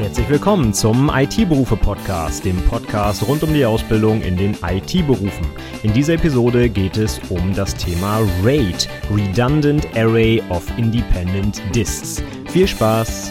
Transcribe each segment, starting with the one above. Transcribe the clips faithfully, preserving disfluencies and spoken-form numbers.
Herzlich willkommen zum I T-Berufe-Podcast, dem Podcast rund um die Ausbildung in den I T-Berufen. In dieser Episode geht es um das Thema RAID, Redundant Array of Independent Disks. Viel Spaß!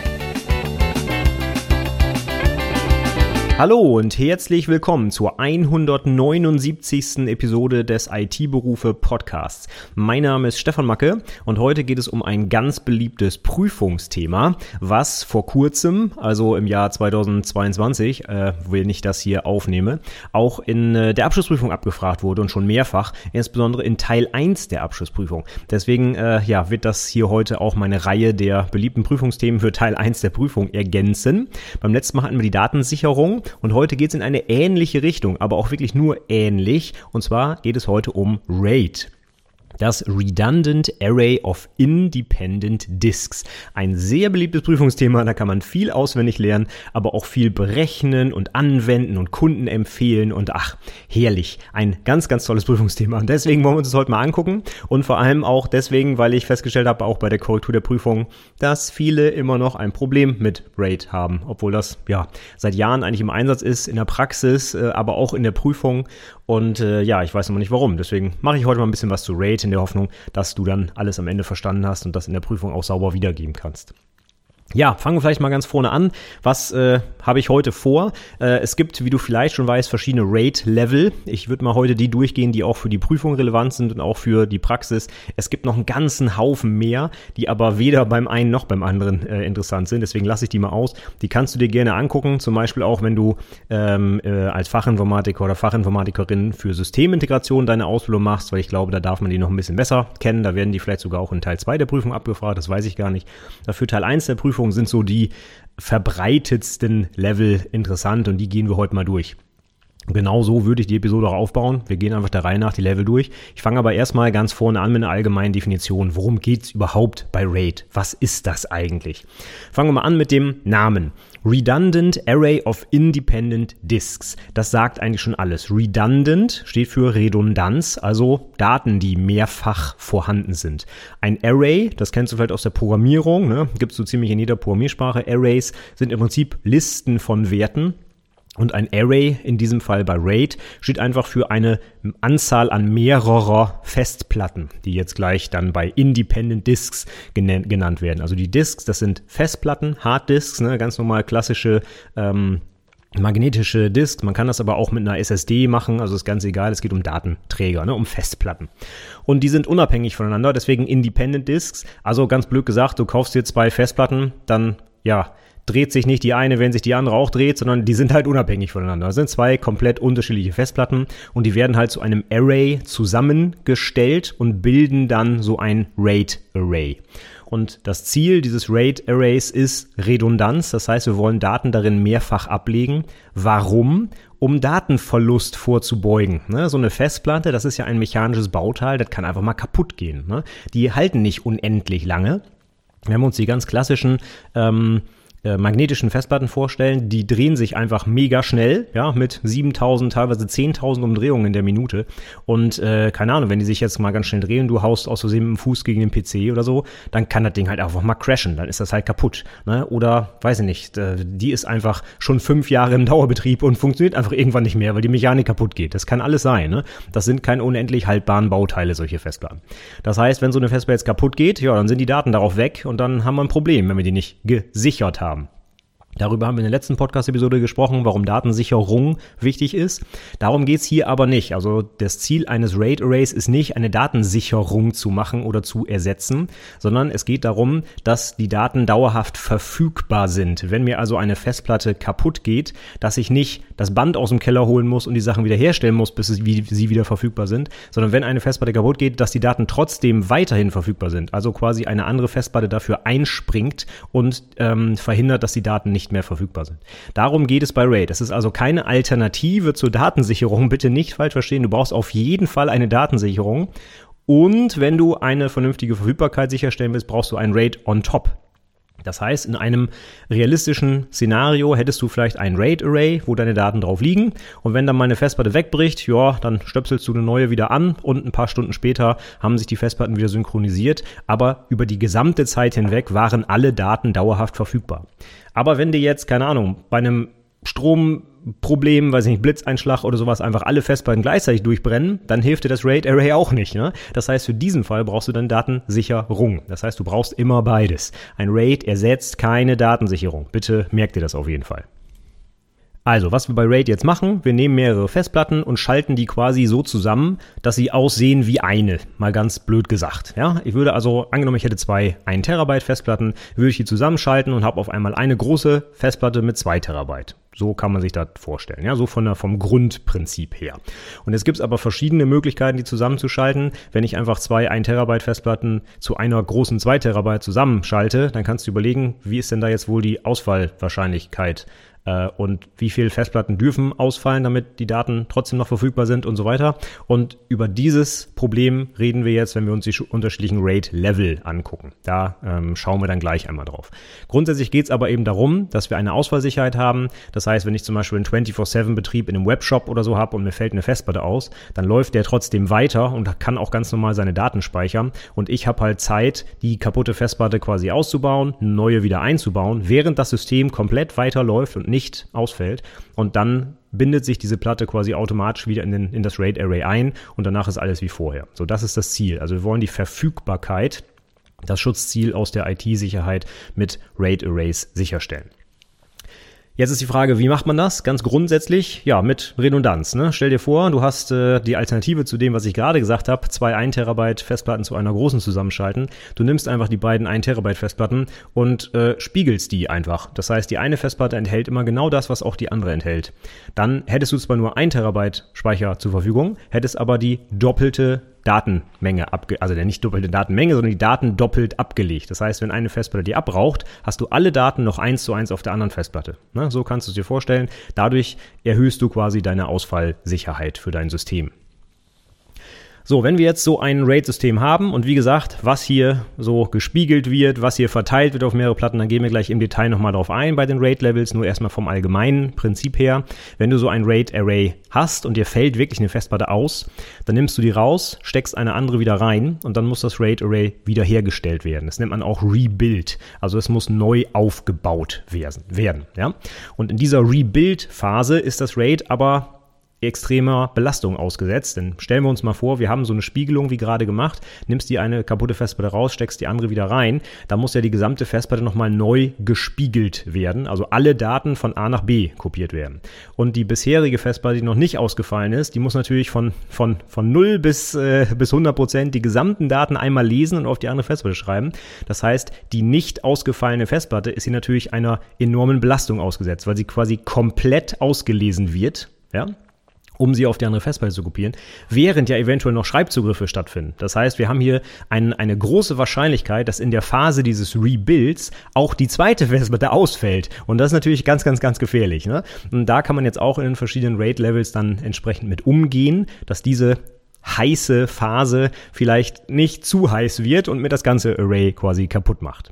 Hallo und herzlich willkommen zur hundertneunundsiebzigsten Episode des I T-Berufe-Podcasts. Mein Name ist Stefan Macke und heute geht es um ein ganz beliebtes Prüfungsthema, was vor kurzem, also im Jahr zweitausendzweiundzwanzig, äh, wenn ich das hier aufnehme, auch in äh, der Abschlussprüfung abgefragt wurde und schon mehrfach, insbesondere in Teil eins der Abschlussprüfung. Deswegen äh, ja, wird das hier heute auch meine Reihe der beliebten Prüfungsthemen für Teil eins der Prüfung ergänzen. Beim letzten Mal hatten wir die Datensicherung. Und heute geht es in eine ähnliche Richtung, aber auch wirklich nur ähnlich. Und zwar geht es heute um RAID. Das Redundant Array of Independent Disks. Ein sehr beliebtes Prüfungsthema, da kann man viel auswendig lernen, aber auch viel berechnen und anwenden und Kunden empfehlen und ach, herrlich. Ein ganz, ganz tolles Prüfungsthema. Und deswegen wollen wir uns das heute mal angucken und vor allem auch deswegen, weil ich festgestellt habe, auch bei der Korrektur der Prüfung, dass viele immer noch ein Problem mit RAID haben, obwohl das ja seit Jahren eigentlich im Einsatz ist, in der Praxis, äh, aber auch in der Prüfung. Und äh, ja, ich weiß noch nicht warum. Deswegen mache ich heute mal ein bisschen was zu RAID in der Hoffnung, dass du dann alles am Ende verstanden hast und das in der Prüfung auch sauber wiedergeben kannst. Ja, fangen wir vielleicht mal ganz vorne an. Was äh, habe ich heute vor? Äh, es gibt, wie du vielleicht schon weißt, verschiedene RAID-Level. Ich würde mal heute die durchgehen, die auch für die Prüfung relevant sind und auch für die Praxis. Es gibt noch einen ganzen Haufen mehr, die aber weder beim einen noch beim anderen äh, interessant sind. Deswegen lasse ich die mal aus. Die kannst du dir gerne angucken, zum Beispiel auch, wenn du ähm, äh, als Fachinformatiker oder Fachinformatikerin für Systemintegration deine Ausbildung machst, weil ich glaube, da darf man die noch ein bisschen besser kennen. Da werden die vielleicht sogar auch in Teil zwei der Prüfung abgefragt, das weiß ich gar nicht. Dafür Teil eins der Prüfung sind so die verbreitetsten Level interessant und die gehen wir heute mal durch. Genau so würde ich die Episode auch aufbauen. Wir gehen einfach der Reihe nach die Level durch. Ich fange aber erstmal ganz vorne an mit einer allgemeinen Definition. Worum geht's überhaupt bei RAID? Was ist das eigentlich? Fangen wir mal an mit dem Namen. Redundant Array of Independent Disks. Das sagt eigentlich schon alles. Redundant steht für Redundanz, also Daten, die mehrfach vorhanden sind. Ein Array, das kennst du vielleicht aus der Programmierung, ne? Gibt es so ziemlich in jeder Programmiersprache. Arrays sind im Prinzip Listen von Werten. Und ein Array, in diesem Fall bei RAID, steht einfach für eine Anzahl an mehrerer Festplatten, die jetzt gleich dann bei Independent Disks genannt werden. Also die Disks, das sind Festplatten, Harddisks, ne, ganz normal klassische ähm, magnetische Disks. Man kann das aber auch mit einer S S D machen, also ist ganz egal, es geht um Datenträger, ne, um Festplatten. Und die sind unabhängig voneinander, deswegen Independent Disks. Also ganz blöd gesagt, du kaufst dir zwei Festplatten, dann, ja, dreht sich nicht die eine, wenn sich die andere auch dreht, sondern die sind halt unabhängig voneinander. Das sind zwei komplett unterschiedliche Festplatten und die werden halt zu einem Array zusammengestellt und bilden dann so ein RAID-Array. Und das Ziel dieses RAID-Arrays ist Redundanz, das heißt, wir wollen Daten darin mehrfach ablegen. Warum? Um Datenverlust vorzubeugen. Ne? So eine Festplatte, das ist ja ein mechanisches Bauteil, das kann einfach mal kaputt gehen. Ne? Die halten nicht unendlich lange. Wir haben uns die ganz klassischen ähm, magnetischen Festplatten vorstellen, die drehen sich einfach mega schnell, ja, mit siebentausend, teilweise zehntausend Umdrehungen in der Minute und äh, keine Ahnung, wenn die sich jetzt mal ganz schnell drehen, du haust aus Versehen mit dem Fuß gegen den P C oder so, dann kann das Ding halt einfach mal crashen, dann ist das halt kaputt, ne? Oder, weiß ich nicht, äh, die ist einfach schon fünf Jahre im Dauerbetrieb und funktioniert einfach irgendwann nicht mehr, weil die Mechanik kaputt geht, das kann alles sein, ne? Das sind keine unendlich haltbaren Bauteile, solche Festplatten. Das heißt, wenn so eine Festplatte jetzt kaputt geht, ja, dann sind die Daten darauf weg und dann haben wir ein Problem, wenn wir die nicht gesichert haben. Darüber haben wir in der letzten Podcast-Episode gesprochen, warum Datensicherung wichtig ist. Darum geht's hier aber nicht. Also das Ziel eines RAID-Arrays ist nicht, eine Datensicherung zu machen oder zu ersetzen, sondern es geht darum, dass die Daten dauerhaft verfügbar sind. Wenn mir also eine Festplatte kaputt geht, dass ich nicht das Band aus dem Keller holen muss und die Sachen wieder herstellen muss, bis sie wieder verfügbar sind, sondern wenn eine Festplatte kaputt geht, dass die Daten trotzdem weiterhin verfügbar sind. Also quasi eine andere Festplatte dafür einspringt und ähm, verhindert, dass die Daten nicht mehr verfügbar sind. Darum geht es bei RAID. Es ist also keine Alternative zur Datensicherung. Bitte nicht falsch verstehen. Du brauchst auf jeden Fall eine Datensicherung. Und wenn du eine vernünftige Verfügbarkeit sicherstellen willst, brauchst du ein RAID on top. Das heißt, in einem realistischen Szenario hättest du vielleicht ein RAID-Array, wo deine Daten drauf liegen. Und wenn dann mal eine Festplatte wegbricht, ja, dann stöpselst du eine neue wieder an und ein paar Stunden später haben sich die Festplatten wieder synchronisiert. Aber über die gesamte Zeit hinweg waren alle Daten dauerhaft verfügbar. Aber wenn dir jetzt, keine Ahnung, bei einem Stromproblem, weiß ich nicht, Blitzeinschlag oder sowas, einfach alle Festplatten gleichzeitig durchbrennen, dann hilft dir das RAID-Array auch nicht. Ne? Das heißt, für diesen Fall brauchst du dann Datensicherung. Das heißt, du brauchst immer beides. Ein RAID ersetzt keine Datensicherung. Bitte merkt dir das auf jeden Fall. Also, was wir bei RAID jetzt machen, wir nehmen mehrere Festplatten und schalten die quasi so zusammen, dass sie aussehen wie eine, mal ganz blöd gesagt. Ja, ich würde also, angenommen, ich hätte zwei ein Terabyte Festplatten, würde ich die zusammenschalten und habe auf einmal eine große Festplatte mit zwei Terabyte. So kann man sich das vorstellen, ja, so von der, vom Grundprinzip her. Und jetzt gibt es aber verschiedene Möglichkeiten, die zusammenzuschalten. Wenn ich einfach zwei ein Terabyte Festplatten zu einer großen zwei Terabyte zusammenschalte, dann kannst du überlegen, wie ist denn da jetzt wohl die Ausfallwahrscheinlichkeit? Und wie viele Festplatten dürfen ausfallen, damit die Daten trotzdem noch verfügbar sind und so weiter. Und über dieses Problem reden wir jetzt, wenn wir uns die unterschiedlichen RAID-Level angucken. Da ähm, schauen wir dann gleich einmal drauf. Grundsätzlich geht es aber eben darum, dass wir eine Ausfallsicherheit haben. Das heißt, wenn ich zum Beispiel einen vierundzwanzig sieben Betrieb in einem Webshop oder so habe und mir fällt eine Festplatte aus, dann läuft der trotzdem weiter und kann auch ganz normal seine Daten speichern. Und ich habe halt Zeit, die kaputte Festplatte quasi auszubauen, eine neue wieder einzubauen, während das System komplett weiterläuft und nicht nicht ausfällt und dann bindet sich diese Platte quasi automatisch wieder in, den, in das RAID-Array ein und danach ist alles wie vorher. So, das ist das Ziel. Also wir wollen die Verfügbarkeit, das Schutzziel aus der I T-Sicherheit mit RAID-Arrays sicherstellen. Jetzt ist die Frage, wie macht man das? Ganz grundsätzlich, ja, mit Redundanz. Ne? Stell dir vor, du hast äh, die Alternative zu dem, was ich gerade gesagt habe, zwei ein Terabyte Festplatten zu einer großen zusammenschalten. Du nimmst einfach die beiden ein Terabyte Festplatten und äh, spiegelst die einfach. Das heißt, die eine Festplatte enthält immer genau das, was auch die andere enthält. Dann hättest du zwar nur ein Terabyte Speicher zur Verfügung, hättest aber die doppelte Datenmenge abge, also der nicht doppelte Datenmenge, sondern die Daten doppelt abgelegt. Das heißt, wenn eine Festplatte die abraucht, hast du alle Daten noch eins zu eins auf der anderen Festplatte. Ne? So kannst du es dir vorstellen. Dadurch erhöhst du quasi deine Ausfallsicherheit für dein System. So, wenn wir jetzt so ein RAID-System haben und wie gesagt, was hier so gespiegelt wird, was hier verteilt wird auf mehrere Platten, dann gehen wir gleich im Detail nochmal drauf ein bei den RAID-Levels, nur erstmal vom allgemeinen Prinzip her. Wenn du so ein RAID-Array hast und dir fällt wirklich eine Festplatte aus, dann nimmst du die raus, steckst eine andere wieder rein und dann muss das RAID-Array wiederhergestellt werden. Das nennt man auch Rebuild, also es muss neu aufgebaut werden. Ja? Und in dieser Rebuild-Phase ist das RAID aber extremer Belastung ausgesetzt. Denn stellen wir uns mal vor, wir haben so eine Spiegelung wie gerade gemacht, nimmst die eine kaputte Festplatte raus, steckst die andere wieder rein, da muss ja die gesamte Festplatte nochmal neu gespiegelt werden, also alle Daten von A nach B kopiert werden. Und die bisherige Festplatte, die noch nicht ausgefallen ist, die muss natürlich von, von, von null bis, äh, bis hundert Prozent die gesamten Daten einmal lesen und auf die andere Festplatte schreiben. Das heißt, die nicht ausgefallene Festplatte ist hier natürlich einer enormen Belastung ausgesetzt, weil sie quasi komplett ausgelesen wird, ja, um sie auf die andere Festplatte zu kopieren, während ja eventuell noch Schreibzugriffe stattfinden. Das heißt, wir haben hier ein, eine große Wahrscheinlichkeit, dass in der Phase dieses Rebuilds auch die zweite Festplatte ausfällt. Und das ist natürlich ganz, ganz, ganz gefährlich. Ne? Und da kann man jetzt auch in den verschiedenen RAID-Levels dann entsprechend mit umgehen, dass diese heiße Phase vielleicht nicht zu heiß wird und mir das ganze Array quasi kaputt macht.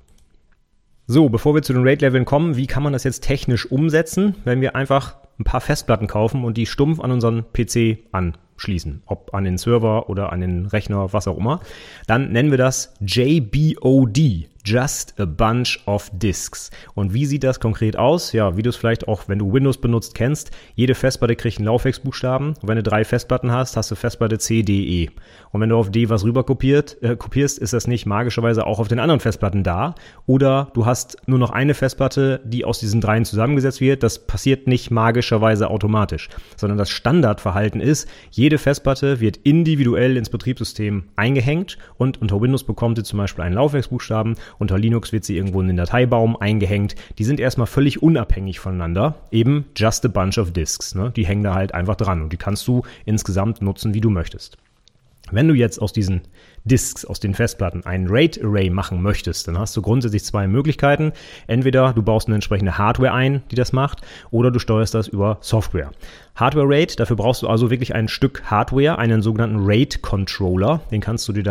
So, bevor wir zu den RAID-Leveln kommen, wie kann man das jetzt technisch umsetzen, wenn wir einfach ein paar Festplatten kaufen und die stumpf an unseren P C anschließen, ob an den Server oder an den Rechner, was auch immer, dann nennen wir das J B O D, Just a Bunch of Disks. Und wie sieht das konkret aus? Ja, wie du es vielleicht auch, wenn du Windows benutzt, kennst, jede Festplatte kriegt einen Laufwerksbuchstaben. Und wenn du drei Festplatten hast, hast du Festplatte C, D, E. Und wenn du auf D was rüber kopiert, äh, kopierst, ist das nicht magischerweise auch auf den anderen Festplatten da. Oder du hast nur noch eine Festplatte, die aus diesen dreien zusammengesetzt wird. Das passiert nicht magischerweise automatisch, sondern das Standardverhalten ist, jede Festplatte wird individuell ins Betriebssystem eingehängt und unter Windows bekommt sie zum Beispiel einen Laufwerksbuchstaben. Unter Linux wird sie irgendwo in den Dateibaum eingehängt. Die sind erstmal völlig unabhängig voneinander. Eben just a bunch of disks. Ne? Die hängen da halt einfach dran und die kannst du insgesamt nutzen, wie du möchtest. Wenn du jetzt aus diesen Disks, aus den Festplatten, ein RAID-Array machen möchtest, dann hast du grundsätzlich zwei Möglichkeiten. Entweder du baust eine entsprechende Hardware ein, die das macht, oder du steuerst das über Software. Hardware-RAID, dafür brauchst du also wirklich ein Stück Hardware, einen sogenannten RAID-Controller. Den kannst du dir dann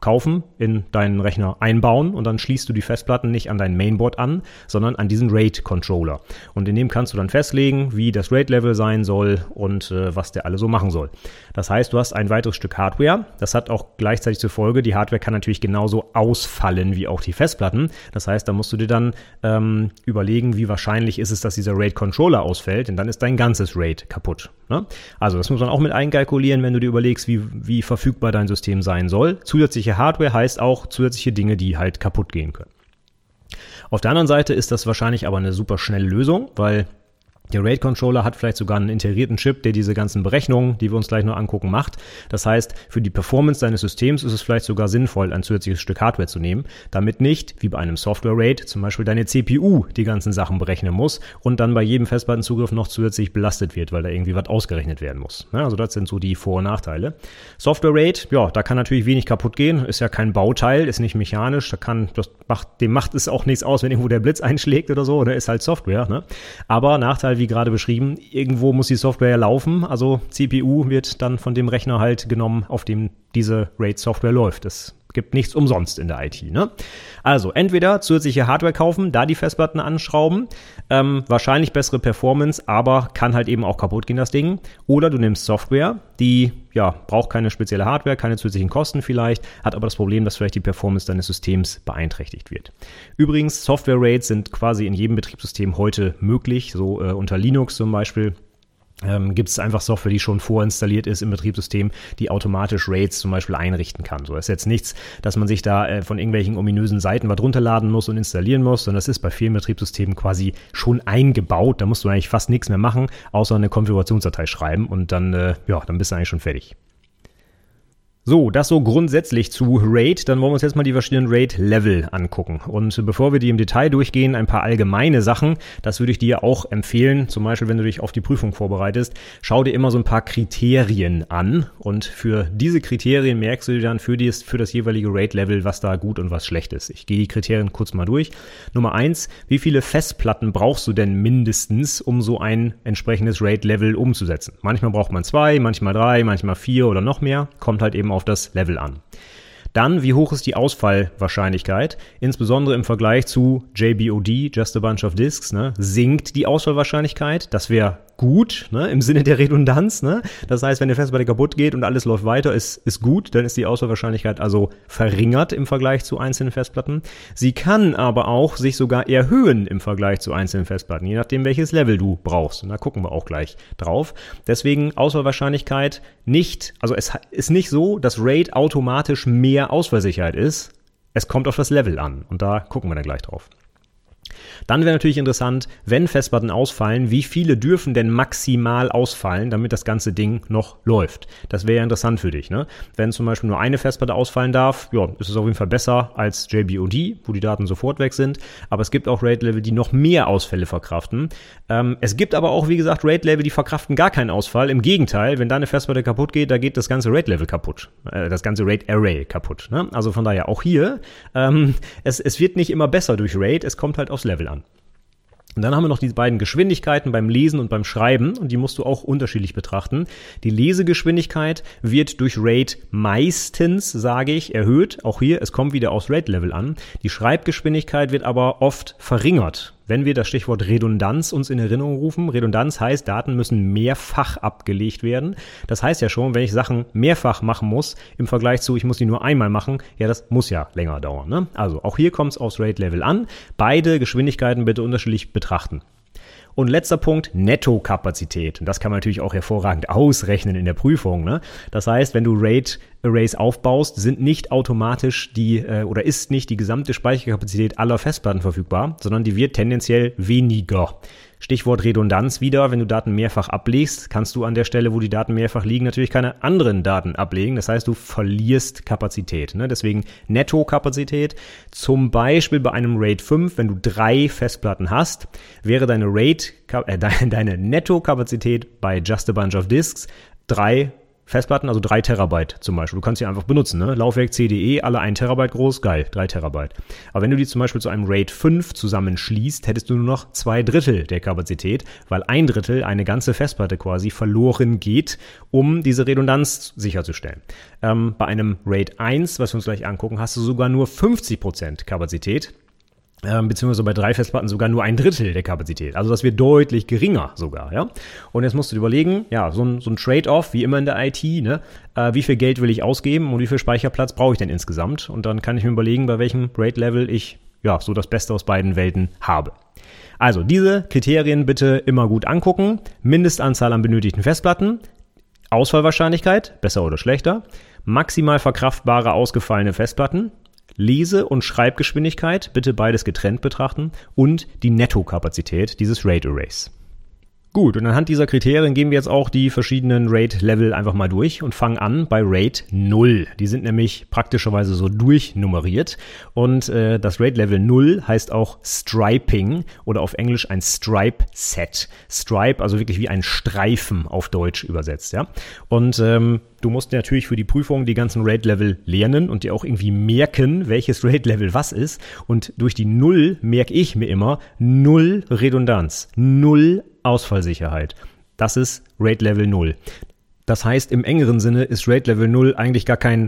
kaufen, in deinen Rechner einbauen und dann schließt du die Festplatten nicht an dein Mainboard an, sondern an diesen RAID-Controller. Und in dem kannst du dann festlegen, wie das RAID-Level sein soll und äh, was der alle so machen soll. Das heißt, du hast ein weiteres Stück Hardware. Das hat auch gleichzeitig zur Folge, die Hardware kann natürlich genauso ausfallen wie auch die Festplatten. Das heißt, da musst du dir dann ähm, überlegen, wie wahrscheinlich ist es, dass dieser RAID-Controller ausfällt, denn dann ist dein ganzes RAID kaputt. Ne? Also das muss man auch mit einkalkulieren, wenn du dir überlegst, wie, wie verfügbar dein System sein soll. Zusätzliche Hardware heißt auch zusätzliche Dinge, die halt kaputt gehen können. Auf der anderen Seite ist das wahrscheinlich aber eine super schnelle Lösung, weil der RAID-Controller hat vielleicht sogar einen integrierten Chip, der diese ganzen Berechnungen, die wir uns gleich noch angucken, macht. Das heißt, für die Performance deines Systems ist es vielleicht sogar sinnvoll, ein zusätzliches Stück Hardware zu nehmen, damit nicht, wie bei einem Software-RAID, zum Beispiel deine C P U die ganzen Sachen berechnen muss und dann bei jedem Festplattenzugriff noch zusätzlich belastet wird, weil da irgendwie was ausgerechnet werden muss. Ja, also das sind so die Vor- und Nachteile. Software-RAID, ja, da kann natürlich wenig kaputt gehen, ist ja kein Bauteil, ist nicht mechanisch, da kann, das macht, dem macht es auch nichts aus, wenn irgendwo der Blitz einschlägt oder so, oder ist halt Software, ne? Aber Nachteil, wie gerade beschrieben, irgendwo muss die Software ja laufen, also C P U wird dann von dem Rechner halt genommen, auf dem diese RAID-Software läuft. Es gibt nichts umsonst in der I T, ne? Also entweder zusätzliche Hardware kaufen, da die Festplatten anschrauben, ähm, wahrscheinlich bessere Performance, aber kann halt eben auch kaputt gehen, das Ding. Oder du nimmst Software, die ja braucht keine spezielle Hardware, keine zusätzlichen Kosten vielleicht, hat aber das Problem, dass vielleicht die Performance deines Systems beeinträchtigt wird. Übrigens, Software-RAIDs sind quasi in jedem Betriebssystem heute möglich, so äh, unter Linux zum Beispiel. Ähm, gibt es einfach Software, die schon vorinstalliert ist im Betriebssystem, die automatisch RAIDs zum Beispiel einrichten kann. So ist jetzt nichts, dass man sich da äh, von irgendwelchen ominösen Seiten was runterladen muss und installieren muss, sondern das ist bei vielen Betriebssystemen quasi schon eingebaut. Da musst du eigentlich fast nichts mehr machen, außer eine Konfigurationsdatei schreiben und dann, äh, ja, dann bist du eigentlich schon fertig. So, das so grundsätzlich zu RAID. Dann wollen wir uns jetzt mal die verschiedenen RAID-Level angucken. Und bevor wir die im Detail durchgehen, ein paar allgemeine Sachen. Das würde ich dir auch empfehlen. Zum Beispiel, wenn du dich auf die Prüfung vorbereitest, schau dir immer so ein paar Kriterien an. Und für diese Kriterien merkst du dir dann für, dies, für das jeweilige RAID-Level, was da gut und was schlecht ist. Ich gehe die Kriterien kurz mal durch. Nummer eins, wie viele Festplatten brauchst du denn mindestens, um so ein entsprechendes RAID-Level umzusetzen? Manchmal braucht man zwei, manchmal drei, manchmal vier oder noch mehr. Kommt halt eben auf das Level an. Dann, wie hoch ist die Ausfallwahrscheinlichkeit? Insbesondere im Vergleich zu J B O D, Just a Bunch of Disks, ne? Sinkt die Ausfallwahrscheinlichkeit. Das wäre gut, ne? Im Sinne der Redundanz. Ne? Das heißt, wenn der Festplatte kaputt geht und alles läuft weiter, ist, ist gut, dann ist die Ausfallwahrscheinlichkeit also verringert im Vergleich zu einzelnen Festplatten. Sie kann aber auch sich sogar erhöhen im Vergleich zu einzelnen Festplatten, je nachdem, welches Level du brauchst. Und da gucken wir auch gleich drauf. Deswegen Ausfallwahrscheinlichkeit nicht, also es ist nicht so, dass RAID automatisch mehr Ausfallsicherheit ist. Es kommt auf das Level an und da gucken wir dann gleich drauf. Dann wäre natürlich interessant, wenn Festplatten ausfallen, wie viele dürfen denn maximal ausfallen, damit das ganze Ding noch läuft? Das wäre ja interessant für dich, ne? Wenn zum Beispiel nur eine Festplatte ausfallen darf, ja, ist es auf jeden Fall besser als J B O D, wo die Daten sofort weg sind. Aber es gibt auch RAID-Level, die noch mehr Ausfälle verkraften. Ähm, es gibt aber auch, wie gesagt, RAID-Level, die verkraften gar keinen Ausfall. Im Gegenteil, wenn da eine Festplatte kaputt geht, da geht das ganze RAID-Level kaputt. Äh, das ganze RAID-Array kaputt, ne? Also von daher auch hier, ähm, es, es wird nicht immer besser durch RAID, es kommt halt aufs Level an. Und dann haben wir noch die beiden Geschwindigkeiten beim Lesen und beim Schreiben und die musst du auch unterschiedlich betrachten. Die Lesegeschwindigkeit wird durch RAID meistens, sage ich, erhöht. Auch hier, es kommt wieder aufs RAID-Level an. Die Schreibgeschwindigkeit wird aber oft verringert. Wenn wir das Stichwort Redundanz uns in Erinnerung rufen, Redundanz heißt, Daten müssen mehrfach abgelegt werden. Das heißt ja schon, wenn ich Sachen mehrfach machen muss, im Vergleich zu, ich muss die nur einmal machen, ja, das muss ja länger dauern, ne? Also auch hier kommt es aufs RAID-Level an. Beide Geschwindigkeiten bitte unterschiedlich betrachten. Und letzter Punkt, Nettokapazität. Und das kann man natürlich auch hervorragend ausrechnen in der Prüfung, ne? Das heißt, wenn du RAID-Arrays aufbaust, sind nicht automatisch die, äh, oder ist nicht die gesamte Speicherkapazität aller Festplatten verfügbar, sondern die wird tendenziell weniger. Stichwort Redundanz wieder, wenn du Daten mehrfach ablegst, kannst du an der Stelle, wo die Daten mehrfach liegen, natürlich keine anderen Daten ablegen. Das heißt, du verlierst Kapazität, ne? Deswegen Nettokapazität. Zum Beispiel bei einem RAID fünf, wenn du drei Festplatten hast, wäre deine RAID, äh, deine Nettokapazität bei Just a Bunch of Disks drei Festplatten, also drei Terabyte zum Beispiel. Du kannst sie einfach benutzen, ne? Laufwerk C D E, alle ein Terabyte groß, geil, drei Terabyte. Aber wenn du die zum Beispiel zu einem RAID fünf zusammenschließt, hättest du nur noch zwei Drittel der Kapazität, weil ein Drittel, eine ganze Festplatte quasi, verloren geht, um diese Redundanz sicherzustellen. Ähm, bei einem RAID eins, was wir uns gleich angucken, hast du sogar nur fünfzig Prozent Kapazität. Ähm, beziehungsweise bei drei Festplatten sogar nur ein Drittel der Kapazität. Also das wird deutlich geringer sogar, ja. Und jetzt musst du dir überlegen, ja, so ein, so ein Trade-off, wie immer in der I T, ne, äh, wie viel Geld will ich ausgeben und wie viel Speicherplatz brauche ich denn insgesamt? Und dann kann ich mir überlegen, bei welchem RAID-Level ich, ja, so das Beste aus beiden Welten habe. Also diese Kriterien bitte immer gut angucken. Mindestanzahl an benötigten Festplatten, Ausfallwahrscheinlichkeit, besser oder schlechter, maximal verkraftbare ausgefallene Festplatten, Lese- und Schreibgeschwindigkeit, bitte beides getrennt betrachten, und die Nettokapazität dieses RAID-Arrays. Gut, und anhand dieser Kriterien gehen wir jetzt auch die verschiedenen RAID-Level einfach mal durch und fangen an bei RAID null. Die sind nämlich praktischerweise so durchnummeriert und äh, das RAID-Level null heißt auch Striping oder auf Englisch ein Stripe-Set. Stripe, also wirklich wie ein Streifen auf Deutsch übersetzt, ja. Und ähm, du musst natürlich für die Prüfung die ganzen RAID-Level lernen und dir auch irgendwie merken, welches RAID-Level was ist. Und durch die null merke ich mir immer null Redundanz, null Ausfallsicherheit. Das ist RAID Level null. Das heißt, im engeren Sinne ist RAID Level null eigentlich gar kein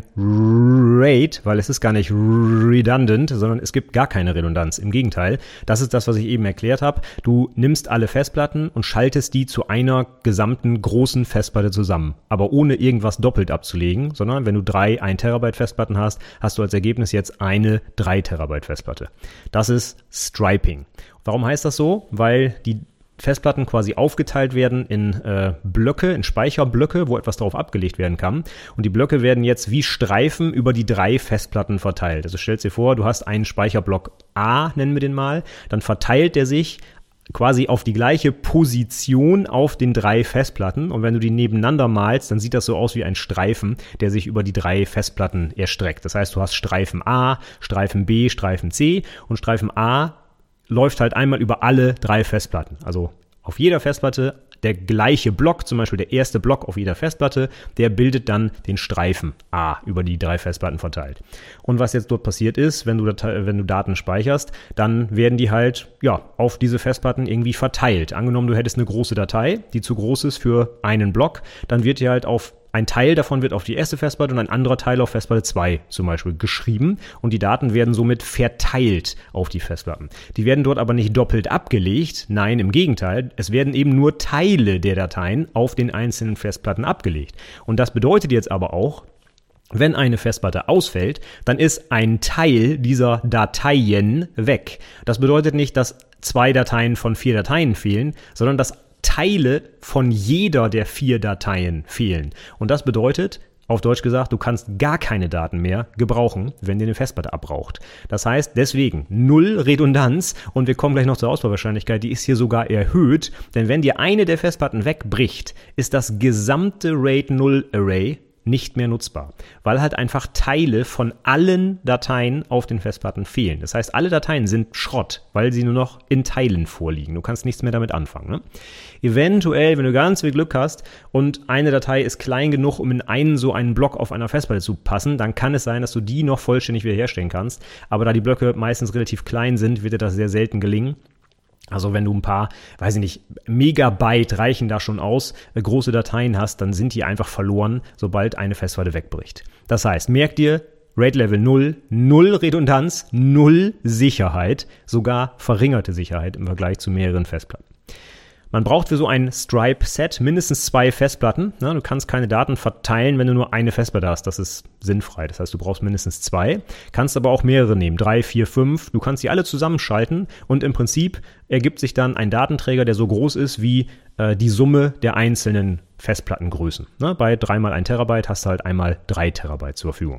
RAID, weil es ist gar nicht redundant, sondern es gibt gar keine Redundanz. Im Gegenteil, das ist das, was ich eben erklärt habe. Du nimmst alle Festplatten und schaltest die zu einer gesamten großen Festplatte zusammen. Aber ohne irgendwas doppelt abzulegen, sondern wenn du drei ein Terabyte Festplatten hast, hast du als Ergebnis jetzt eine drei Terabyte Festplatte. Das ist Striping. Warum heißt das so? Weil die Festplatten quasi aufgeteilt werden in äh, Blöcke, in Speicherblöcke, wo etwas drauf abgelegt werden kann. Und die Blöcke werden jetzt wie Streifen über die drei Festplatten verteilt. Also stellst dir vor, du hast einen Speicherblock A, nennen wir den mal, dann verteilt der sich quasi auf die gleiche Position auf den drei Festplatten. Und wenn du die nebeneinander malst, dann sieht das so aus wie ein Streifen, der sich über die drei Festplatten erstreckt. Das heißt, du hast Streifen A, Streifen B, Streifen C und Streifen A läuft halt einmal über alle drei Festplatten. Also auf jeder Festplatte der gleiche Block, zum Beispiel der erste Block auf jeder Festplatte, der bildet dann den Streifen A über die drei Festplatten verteilt. Und was jetzt dort passiert ist, wenn du, Datei, wenn du Daten speicherst, dann werden die halt ja auf diese Festplatten irgendwie verteilt. Angenommen, du hättest eine große Datei, die zu groß ist für einen Block, dann wird die halt auf ein Teil davon wird auf die erste Festplatte und ein anderer Teil auf Festplatte zwei zum Beispiel geschrieben und die Daten werden somit verteilt auf die Festplatten. Die werden dort aber nicht doppelt abgelegt, nein, im Gegenteil, es werden eben nur Teile der Dateien auf den einzelnen Festplatten abgelegt. Und das bedeutet jetzt aber auch, wenn eine Festplatte ausfällt, dann ist ein Teil dieser Dateien weg. Das bedeutet nicht, dass zwei Dateien von vier Dateien fehlen, sondern dass Teile von jeder der vier Dateien fehlen. Und das bedeutet, auf Deutsch gesagt, du kannst gar keine Daten mehr gebrauchen, wenn dir eine Festplatte abbraucht. Das heißt, deswegen null Redundanz und wir kommen gleich noch zur Auswahlwahrscheinlichkeit, die ist hier sogar erhöht, denn wenn dir eine der Festplatten wegbricht, ist das gesamte RAID null Array nicht mehr nutzbar, weil halt einfach Teile von allen Dateien auf den Festplatten fehlen. Das heißt, alle Dateien sind Schrott, weil sie nur noch in Teilen vorliegen. Du kannst nichts mehr damit anfangen. Ne? Eventuell, wenn du ganz viel Glück hast und eine Datei ist klein genug, um in einen so einen Block auf einer Festplatte zu passen, dann kann es sein, dass du die noch vollständig wiederherstellen kannst. Aber da die Blöcke meistens relativ klein sind, wird dir das sehr selten gelingen. Also wenn du ein paar, weiß ich nicht, Megabyte reichen da schon aus, äh, große Dateien hast, dann sind die einfach verloren, sobald eine Festplatte wegbricht. Das heißt, merk dir, RAID Level null, null Redundanz, null Sicherheit, sogar verringerte Sicherheit im Vergleich zu mehreren Festplatten. Man braucht für so ein Stripe-Set mindestens zwei Festplatten. Ja, du kannst keine Daten verteilen, wenn du nur eine Festplatte hast. Das ist sinnfrei. Das heißt, du brauchst mindestens zwei. Kannst aber auch mehrere nehmen. Drei, vier, fünf. Du kannst sie alle zusammenschalten und im Prinzip ergibt sich dann ein Datenträger, der so groß ist wie äh, die Summe der einzelnen Festplattengrößen. Ne? Bei drei mal ein Terabyte hast du halt einmal drei Terabyte zur Verfügung.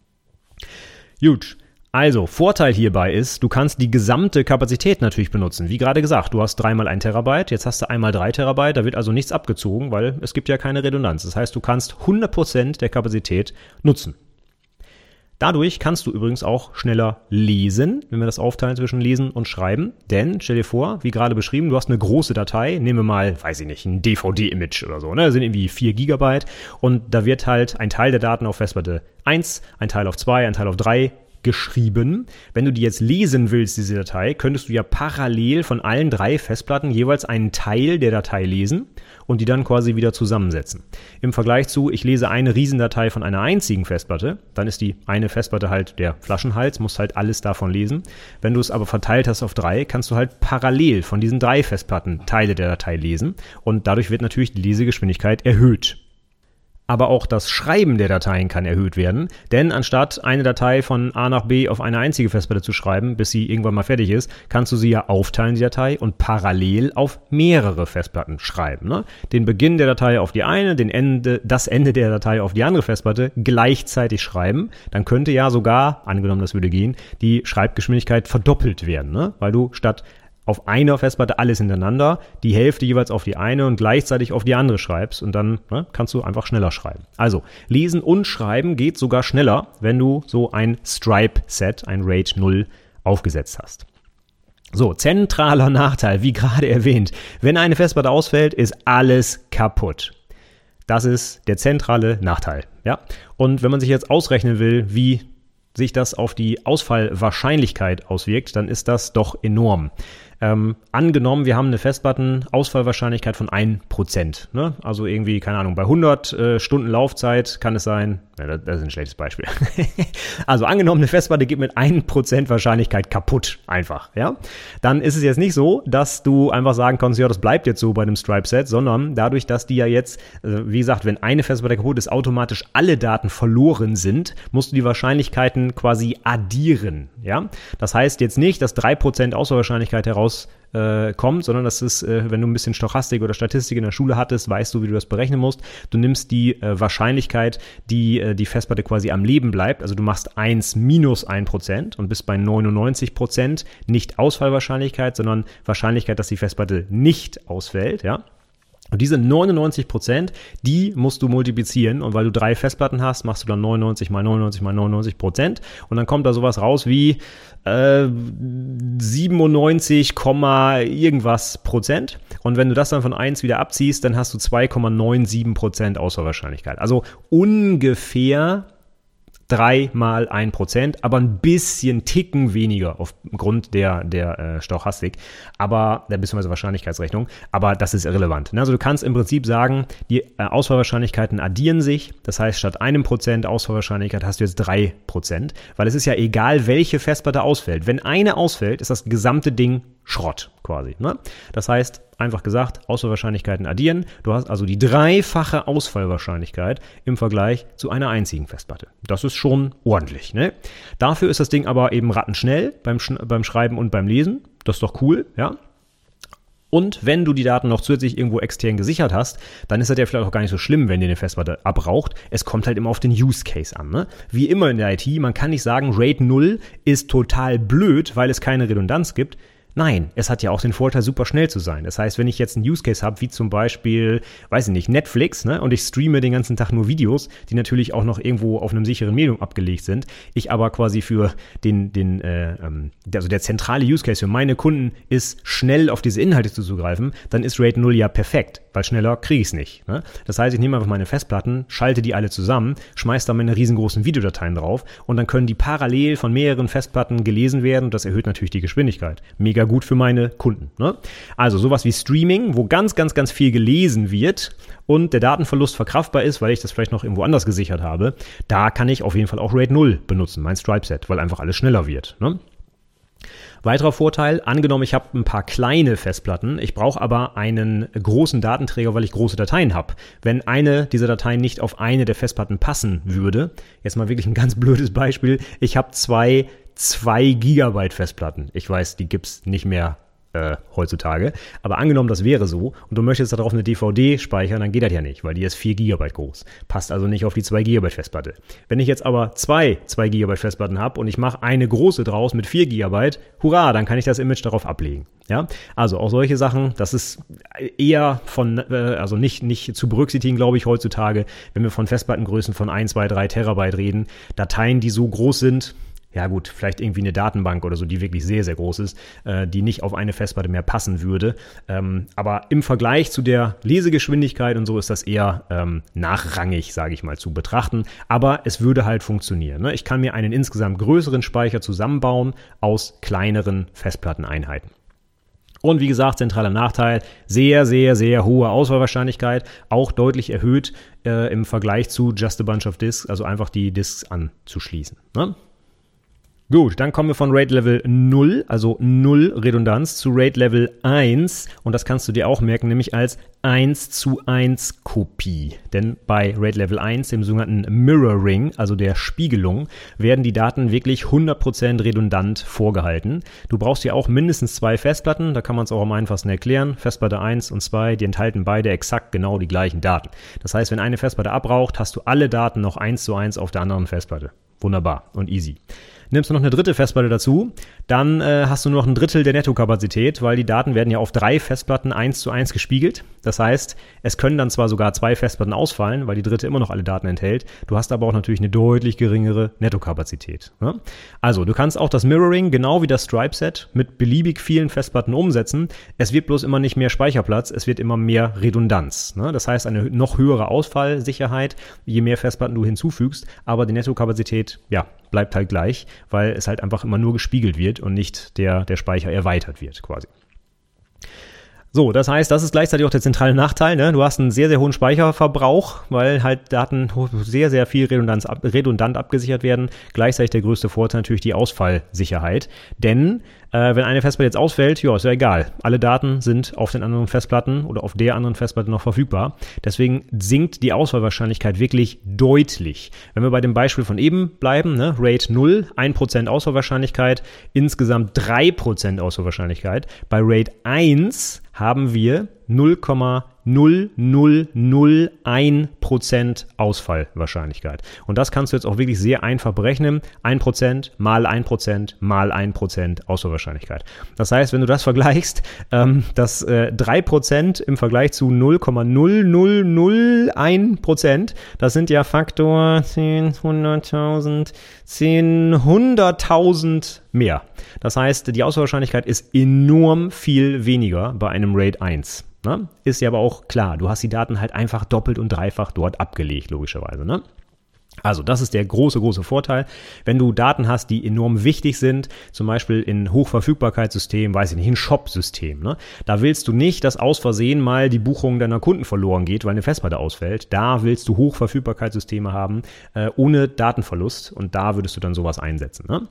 Gut. Also, Vorteil hierbei ist, du kannst die gesamte Kapazität natürlich benutzen. Wie gerade gesagt, du hast drei mal ein Terabyte, jetzt hast du einmal drei Terabyte, da wird also nichts abgezogen, weil es gibt ja keine Redundanz. Das heißt, du kannst hundert Prozent der Kapazität nutzen. Dadurch kannst du übrigens auch schneller lesen, wenn wir das aufteilen zwischen Lesen und Schreiben. Denn stell dir vor, wie gerade beschrieben, du hast eine große Datei, nehmen wir mal, weiß ich nicht, ein D V D-Image oder so, ne? Das sind irgendwie vier Gigabyte und da wird halt ein Teil der Daten auf Festplatte eins, ein Teil auf zwei, ein Teil auf drei geschrieben. Wenn du die jetzt lesen willst, diese Datei, könntest du ja parallel von allen drei Festplatten jeweils einen Teil der Datei lesen und die dann quasi wieder zusammensetzen. Im Vergleich zu, ich lese eine Riesendatei von einer einzigen Festplatte, dann ist die eine Festplatte halt der Flaschenhals, musst halt alles davon lesen. Wenn du es aber verteilt hast auf drei, kannst du halt parallel von diesen drei Festplatten Teile der Datei lesen und dadurch wird natürlich die Lesegeschwindigkeit erhöht. Aber auch das Schreiben der Dateien kann erhöht werden, denn anstatt eine Datei von A nach B auf eine einzige Festplatte zu schreiben, bis sie irgendwann mal fertig ist, kannst du sie ja aufteilen, die Datei, und parallel auf mehrere Festplatten schreiben. Ne? Den Beginn der Datei auf die eine, den Ende, das Ende der Datei auf die andere Festplatte gleichzeitig schreiben. Dann könnte ja sogar, angenommen das würde gehen, die Schreibgeschwindigkeit verdoppelt werden, ne? Weil du statt auf einer Festplatte alles hintereinander, die Hälfte jeweils auf die eine und gleichzeitig auf die andere schreibst und dann ne, kannst du einfach schneller schreiben. Also Lesen und Schreiben geht sogar schneller, wenn du so ein Stripe-Set, ein RAID null aufgesetzt hast. So, zentraler Nachteil, wie gerade erwähnt, wenn eine Festplatte ausfällt, ist alles kaputt. Das ist der zentrale Nachteil. Ja? Und wenn man sich jetzt ausrechnen will, wie sich das auf die Ausfallwahrscheinlichkeit auswirkt, dann ist das doch enorm. Ähm, angenommen, wir haben eine Festplatten-Ausfallwahrscheinlichkeit von ein Prozent. Ne? Also irgendwie, keine Ahnung, bei hundert äh, Stunden Laufzeit kann es sein, ja, das, das ist ein schlechtes Beispiel. Also angenommen, eine Festplatte geht mit ein Prozent Wahrscheinlichkeit kaputt, einfach. Ja? Dann ist es jetzt nicht so, dass du einfach sagen kannst, ja, das bleibt jetzt so bei dem Stripe-Set, sondern dadurch, dass die ja jetzt, äh, wie gesagt, wenn eine Festplatte kaputt ist, automatisch alle Daten verloren sind, musst du die Wahrscheinlichkeiten quasi addieren. Ja? Das heißt jetzt nicht, dass drei Prozent Ausfallwahrscheinlichkeit heraus Äh, kommt, sondern das ist, äh, wenn du ein bisschen Stochastik oder Statistik in der Schule hattest, weißt du, wie du das berechnen musst. Du nimmst die äh, Wahrscheinlichkeit, die äh, die Festplatte quasi am Leben bleibt, also du machst eins minus ein Prozent und bist bei neunundneunzig Prozent, nicht Ausfallwahrscheinlichkeit, sondern Wahrscheinlichkeit, dass die Festplatte nicht ausfällt, ja. Und diese neunundneunzig Prozent, die musst du multiplizieren und weil du drei Festplatten hast, machst du dann neunundneunzig mal neunundneunzig mal neunundneunzig Prozent und dann kommt da sowas raus wie äh, siebenundneunzig, irgendwas Prozent und wenn du das dann von eins wieder abziehst, dann hast du zwei Komma siebenundneunzig Prozent Ausfallwahrscheinlichkeit. Also ungefähr drei mal ein Prozent, aber ein bisschen Ticken weniger aufgrund der, der äh, Stochastik, aber, äh, beziehungsweise Wahrscheinlichkeitsrechnung, aber das ist irrelevant. Ne? Also du kannst im Prinzip sagen, die äh, Ausfallwahrscheinlichkeiten addieren sich, das heißt, statt einem Prozent Ausfallwahrscheinlichkeit hast du jetzt drei Prozent, weil es ist ja egal, welche Festplatte ausfällt. Wenn eine ausfällt, ist das gesamte Ding Schrott quasi. Ne? Das heißt, einfach gesagt, Ausfallwahrscheinlichkeiten addieren. Du hast also die dreifache Ausfallwahrscheinlichkeit im Vergleich zu einer einzigen Festplatte. Das ist schon ordentlich. Ne? Dafür ist das Ding aber eben rattenschnell beim, Sch- beim Schreiben und beim Lesen. Das ist doch cool, ja. Und wenn du die Daten noch zusätzlich irgendwo extern gesichert hast, dann ist das ja vielleicht auch gar nicht so schlimm, wenn dir eine Festplatte abraucht. Es kommt halt immer auf den Use Case an. Ne? Wie immer in der I T, man kann nicht sagen, RAID null ist total blöd, weil es keine Redundanz gibt. Nein, es hat ja auch den Vorteil, super schnell zu sein. Das heißt, wenn ich jetzt einen Use Case habe, wie zum Beispiel, weiß ich nicht, Netflix, ne, und ich streame den ganzen Tag nur Videos, die natürlich auch noch irgendwo auf einem sicheren Medium abgelegt sind, ich aber quasi für den, den, äh, also der zentrale Use Case für meine Kunden ist, schnell auf diese Inhalte zuzugreifen, dann ist RAID null ja perfekt, weil schneller kriege ich es nicht. Ne? Das heißt, ich nehme einfach meine Festplatten, schalte die alle zusammen, schmeiße da meine riesengroßen Videodateien drauf und dann können die parallel von mehreren Festplatten gelesen werden und das erhöht natürlich die Geschwindigkeit. Mega gut für meine Kunden. Ne? Also sowas wie Streaming, wo ganz, ganz, ganz viel gelesen wird und der Datenverlust verkraftbar ist, weil ich das vielleicht noch irgendwo anders gesichert habe, da kann ich auf jeden Fall auch RAID null benutzen, mein Stripe-Set, weil einfach alles schneller wird. Ne? Weiterer Vorteil, angenommen, ich habe ein paar kleine Festplatten, ich brauche aber einen großen Datenträger, weil ich große Dateien habe. Wenn eine dieser Dateien nicht auf eine der Festplatten passen würde, jetzt mal wirklich ein ganz blödes Beispiel, ich habe zwei zwei Gigabyte Festplatten. Ich weiß, die gibt's nicht mehr Äh, heutzutage. Aber angenommen, das wäre so und du möchtest darauf eine D V D speichern, dann geht das ja nicht, weil die ist vier Gigabyte groß. Passt also nicht auf die zwei Gigabyte Festplatte. Wenn ich jetzt aber zwei zwei Gigabyte Festplatten habe und ich mache eine große draus mit vier Gigabyte, hurra, dann kann ich das Image darauf ablegen. Ja, also auch solche Sachen, das ist eher von, äh, also nicht, nicht zu berücksichtigen, glaube ich, heutzutage, wenn wir von Festplattengrößen von ein, zwei, drei Terabyte reden, Dateien, die so groß sind, ja gut, vielleicht irgendwie eine Datenbank oder so, die wirklich sehr, sehr groß ist, äh, die nicht auf eine Festplatte mehr passen würde. Ähm, aber im Vergleich zu der Lesegeschwindigkeit und so ist das eher ähm, nachrangig, sage ich mal, zu betrachten. Aber es würde halt funktionieren. Ne? Ich kann mir einen insgesamt größeren Speicher zusammenbauen aus kleineren Festplatteneinheiten. Und wie gesagt, zentraler Nachteil, sehr, sehr, sehr hohe Auswahlwahrscheinlichkeit, auch deutlich erhöht äh, im Vergleich zu Just a Bunch of Disks, also einfach die Disks anzuschließen. Ne? Gut, dann kommen wir von RAID Level null, also null Redundanz, zu RAID Level eins. Und das kannst du dir auch merken, nämlich als eins zu eins Kopie. Denn bei RAID Level eins, dem sogenannten Mirroring, also der Spiegelung, werden die Daten wirklich hundert Prozent redundant vorgehalten. Du brauchst ja auch mindestens zwei Festplatten, da kann man es auch am einfachsten erklären. Festplatte eins und zwei, die enthalten beide exakt genau die gleichen Daten. Das heißt, wenn eine Festplatte abraucht, hast du alle Daten noch eins zu eins auf der anderen Festplatte. Wunderbar und easy. Nimmst du noch eine dritte Festplatte dazu, dann äh, hast du nur noch ein Drittel der Nettokapazität, weil die Daten werden ja auf drei Festplatten eins zu eins gespiegelt. Das heißt, es können dann zwar sogar zwei Festplatten ausfallen, weil die dritte immer noch alle Daten enthält. Du hast aber auch natürlich eine deutlich geringere Nettokapazität. Ne? Also, du kannst auch das Mirroring, genau wie das Stripe-Set, mit beliebig vielen Festplatten umsetzen. Es wird bloß immer nicht mehr Speicherplatz, es wird immer mehr Redundanz. Ne? Das heißt, eine noch höhere Ausfallsicherheit, je mehr Festplatten du hinzufügst, aber die Nettokapazität, ja, bleibt halt gleich, weil es halt einfach immer nur gespiegelt wird und nicht der, der Speicher erweitert wird quasi. So, das heißt, das ist gleichzeitig auch der zentrale Nachteil. Ne? Du hast einen sehr, sehr hohen Speicherverbrauch, weil halt Daten sehr, sehr viel Redundanz, redundant abgesichert werden. Gleichzeitig der größte Vorteil natürlich die Ausfallsicherheit. Denn äh, wenn eine Festplatte jetzt ausfällt, ja, ist ja egal. Alle Daten sind auf den anderen Festplatten oder auf der anderen Festplatte noch verfügbar. Deswegen sinkt die Ausfallwahrscheinlichkeit wirklich deutlich. Wenn wir bei dem Beispiel von eben bleiben, ne? RAID null, ein Prozent Ausfallwahrscheinlichkeit, insgesamt drei Prozent Ausfallwahrscheinlichkeit. Bei RAID eins haben wir null Komma null null null eins Prozent Ausfallwahrscheinlichkeit. Und das kannst du jetzt auch wirklich sehr einfach berechnen. ein Prozent mal ein Prozent mal ein Prozent Ausfallwahrscheinlichkeit. Das heißt, wenn du das vergleichst, ähm, das äh, drei Prozent im Vergleich zu null Komma null null null eins Prozent, das sind ja Faktor zehn, hunderttausend, zehn, hunderttausend mehr. Das heißt, die Ausfallwahrscheinlichkeit ist enorm viel weniger bei einem RAID eins. Ne? Ist ja aber auch klar, du hast die Daten halt einfach doppelt und dreifach dort abgelegt, logischerweise. Ne? Also das ist der große, große Vorteil. Wenn du Daten hast, die enorm wichtig sind, zum Beispiel in Hochverfügbarkeitssystemen, weiß ich nicht, ein Shop-System, ne? Da willst du nicht, dass aus Versehen mal die Buchung deiner Kunden verloren geht, weil eine Festplatte ausfällt. Da willst du Hochverfügbarkeitssysteme haben, äh, ohne Datenverlust, und da würdest du dann sowas einsetzen. Ne?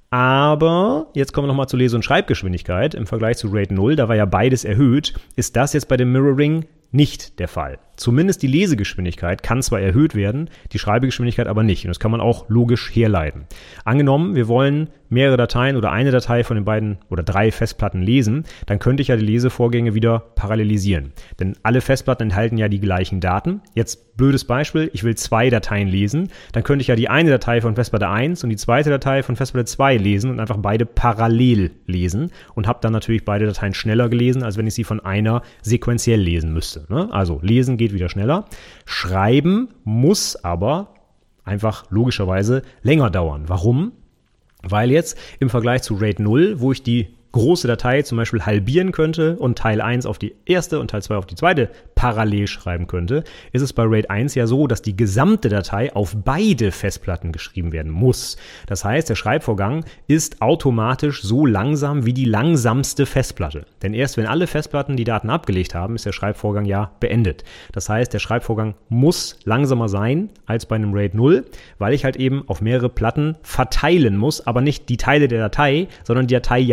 Aber, jetzt kommen wir nochmal zur Lese- und Schreibgeschwindigkeit. Im Vergleich zu RAID null, da war ja beides erhöht, ist das jetzt bei dem Mirroring nicht der Fall. Zumindest die Lesegeschwindigkeit kann zwar erhöht werden, die Schreibegeschwindigkeit aber nicht. Und das kann man auch logisch herleiten. Angenommen, wir wollen mehrere Dateien oder eine Datei von den beiden oder drei Festplatten lesen, dann könnte ich ja die Lesevorgänge wieder parallelisieren. Denn alle Festplatten enthalten ja die gleichen Daten. Jetzt blödes Beispiel, ich will zwei Dateien lesen, dann könnte ich ja die eine Datei von Festplatte eins und die zweite Datei von Festplatte zwei lesen und einfach beide parallel lesen und habe dann natürlich beide Dateien schneller gelesen, als wenn ich sie von einer sequenziell lesen müsste. Ne? Also lesen geht wieder schneller. Schreiben muss aber einfach logischerweise länger dauern. Warum? Weil jetzt im Vergleich zu RAID null, wo ich die große Datei zum Beispiel halbieren könnte und Teil eins auf die erste und Teil zwei auf die zweite parallel schreiben könnte, ist es bei RAID eins ja so, dass die gesamte Datei auf beide Festplatten geschrieben werden muss. Das heißt, der Schreibvorgang ist automatisch so langsam wie die langsamste Festplatte. Denn erst wenn alle Festplatten die Daten abgelegt haben, ist der Schreibvorgang ja beendet. Das heißt, der Schreibvorgang muss langsamer sein als bei einem RAID null, weil ich halt eben auf mehrere Platten verteilen muss, aber nicht die Teile der Datei, sondern die Datei ja mehr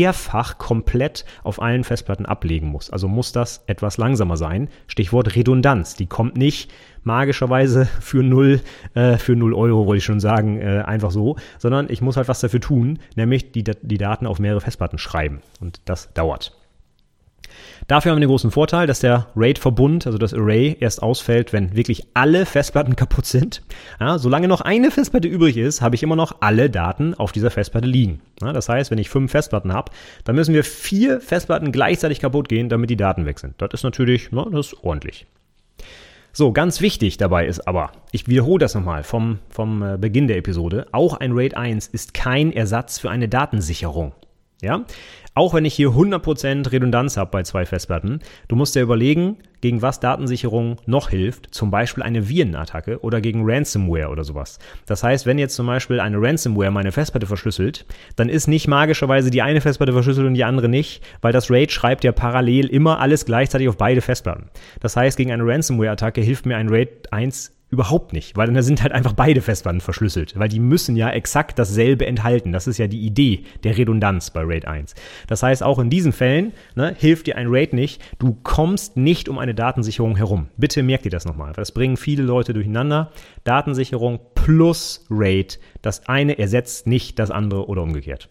mehrfach komplett auf allen Festplatten ablegen muss. Also muss das etwas langsamer sein. Stichwort Redundanz. Die kommt nicht magischerweise für null, äh, für null Euro, wollte ich schon sagen, äh, einfach so, sondern ich muss halt was dafür tun, nämlich die, die Daten auf mehrere Festplatten schreiben. Und das dauert. Dafür haben wir den großen Vorteil, dass der RAID-Verbund, also das Array, erst ausfällt, wenn wirklich alle Festplatten kaputt sind. Ja, solange noch eine Festplatte übrig ist, habe ich immer noch alle Daten auf dieser Festplatte liegen. Ja, das heißt, wenn ich fünf Festplatten habe, dann müssen wir vier Festplatten gleichzeitig kaputt gehen, damit die Daten weg sind. Das ist natürlich, na, das ist ordentlich. So, ganz wichtig dabei ist aber, ich wiederhole das nochmal vom, vom äh, Beginn der Episode, auch ein RAID eins ist kein Ersatz für eine Datensicherung. Ja, auch wenn ich hier hundert Prozent Redundanz habe bei zwei Festplatten, du musst dir überlegen, gegen was Datensicherung noch hilft, zum Beispiel eine Virenattacke oder gegen Ransomware oder sowas. Das heißt, wenn jetzt zum Beispiel eine Ransomware meine Festplatte verschlüsselt, dann ist nicht magischerweise die eine Festplatte verschlüsselt und die andere nicht, weil das RAID schreibt ja parallel immer alles gleichzeitig auf beide Festplatten. Das heißt, gegen eine Ransomware-Attacke hilft mir ein RAID eins überhaupt nicht, weil dann sind halt einfach beide Festplatten verschlüsselt, weil die müssen ja exakt dasselbe enthalten. Das ist ja die Idee der Redundanz bei RAID eins. Das heißt, auch in diesen Fällen ne, hilft dir ein RAID nicht. Du kommst nicht um eine Datensicherung herum. Bitte merkt dir das nochmal, weil das bringen viele Leute durcheinander. Datensicherung plus RAID. Das eine ersetzt nicht das andere oder umgekehrt.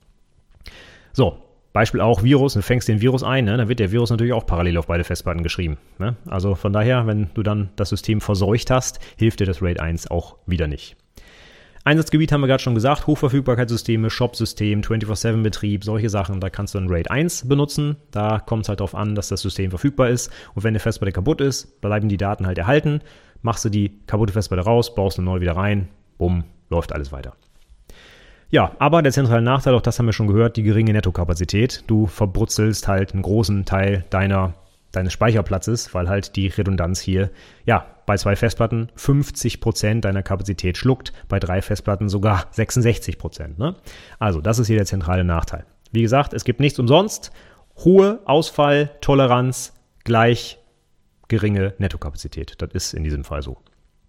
So. Beispiel auch Virus, du fängst den Virus ein, ne? Dann wird der Virus natürlich auch parallel auf beide Festplatten geschrieben. Ne? Also von daher, wenn du dann das System verseucht hast, hilft dir das RAID eins auch wieder nicht. Einsatzgebiet haben wir gerade schon gesagt, Hochverfügbarkeitssysteme, Shop-System, vierundzwanzig sieben Betrieb, solche Sachen, da kannst du ein RAID eins benutzen. Da kommt es halt darauf an, dass das System verfügbar ist. Und wenn eine Festplatte kaputt ist, bleiben die Daten halt erhalten. Machst du die kaputte Festplatte raus, baust eine neue wieder rein, bumm, läuft alles weiter. Ja, aber der zentrale Nachteil, auch das haben wir schon gehört, die geringe Nettokapazität. Du verbrutzelst halt einen großen Teil deiner, deines Speicherplatzes, weil halt die Redundanz hier, ja, bei zwei Festplatten fünfzig Prozent deiner Kapazität schluckt, bei drei Festplatten sogar sechsundsechzig Prozent. Ne? Also das ist hier der zentrale Nachteil. Wie gesagt, es gibt nichts umsonst. Hohe Ausfalltoleranz gleich geringe Nettokapazität. Das ist in diesem Fall so.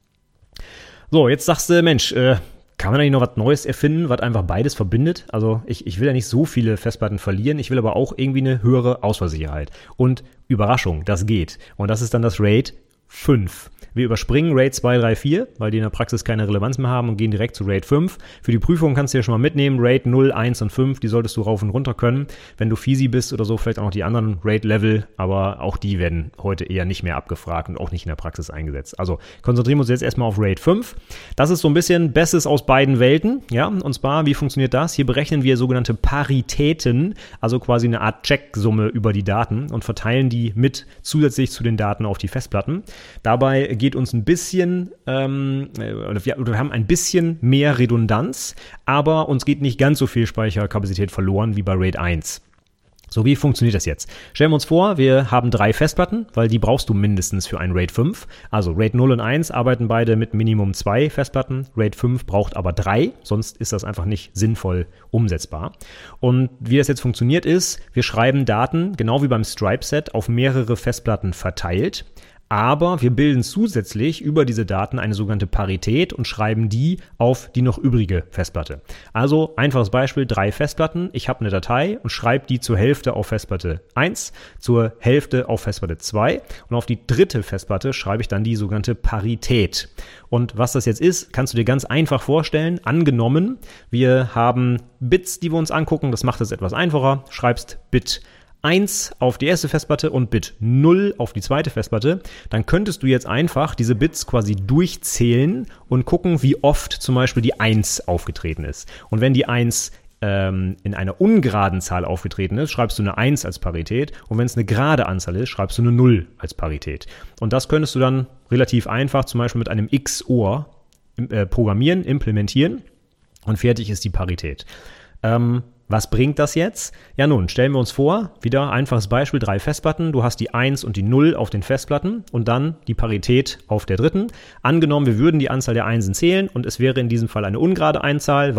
So, jetzt sagst du, Mensch, äh, kann man eigentlich noch was Neues erfinden, was einfach beides verbindet? Also ich, ich will ja nicht so viele Festplatten verlieren, ich will aber auch irgendwie eine höhere Ausfallsicherheit. Und Überraschung, das geht. Und das ist dann das RAID fünf. Wir überspringen RAID zwei, drei, vier, weil die in der Praxis keine Relevanz mehr haben und gehen direkt zu RAID fünf. Für die Prüfung kannst du ja schon mal mitnehmen, RAID null, eins und fünf, die solltest du rauf und runter können. Wenn du Fisi bist oder so, vielleicht auch noch die anderen RAID-Level, aber auch die werden heute eher nicht mehr abgefragt und auch nicht in der Praxis eingesetzt. Also konzentrieren wir uns jetzt erstmal auf RAID fünf. Das ist so ein bisschen Bestes aus beiden Welten, ja, und zwar, wie funktioniert das? Hier berechnen wir sogenannte Paritäten, also quasi eine Art Checksumme über die Daten und verteilen die mit zusätzlich zu den Daten auf die Festplatten. Dabei geht uns ein bisschen, ähm, oder wir, oder wir haben ein bisschen mehr Redundanz, aber uns geht nicht ganz so viel Speicherkapazität verloren wie bei RAID eins. So, wie funktioniert das jetzt? Stellen wir uns vor, wir haben drei Festplatten, weil die brauchst du mindestens für ein RAID fünf. Also RAID null und eins arbeiten beide mit Minimum zwei Festplatten. RAID fünf braucht aber drei, sonst ist das einfach nicht sinnvoll umsetzbar. Und wie das jetzt funktioniert ist, wir schreiben Daten, genau wie beim Stripe-Set, auf mehrere Festplatten verteilt. Aber wir bilden zusätzlich über diese Daten eine sogenannte Parität und schreiben die auf die noch übrige Festplatte. Also einfaches Beispiel, drei Festplatten. Ich habe eine Datei und schreibe die zur Hälfte auf Festplatte eins, zur Hälfte auf Festplatte zwei und auf die dritte Festplatte schreibe ich dann die sogenannte Parität. Und was das jetzt ist, kannst du dir ganz einfach vorstellen. Angenommen, wir haben Bits, die wir uns angucken. Das macht es etwas einfacher. Schreibst Bit eins auf die erste Festplatte und Bit null auf die zweite Festplatte, dann könntest du jetzt einfach diese Bits quasi durchzählen und gucken, wie oft zum Beispiel die eins aufgetreten ist. Und wenn die eins ähm, in einer ungeraden Zahl aufgetreten ist, schreibst du eine eins als Parität. Und wenn es eine gerade Anzahl ist, schreibst du eine null als Parität. Und das könntest du dann relativ einfach zum Beispiel mit einem X O R äh, programmieren, implementieren und fertig ist die Parität. Ähm, Was bringt das jetzt? Ja nun, stellen wir uns vor, wieder einfaches Beispiel, drei Festplatten. Du hast die eins und die null auf den Festplatten und dann die Parität auf der dritten. Angenommen, wir würden die Anzahl der Einsen zählen und es wäre in diesem Fall eine ungerade Einzahl, weil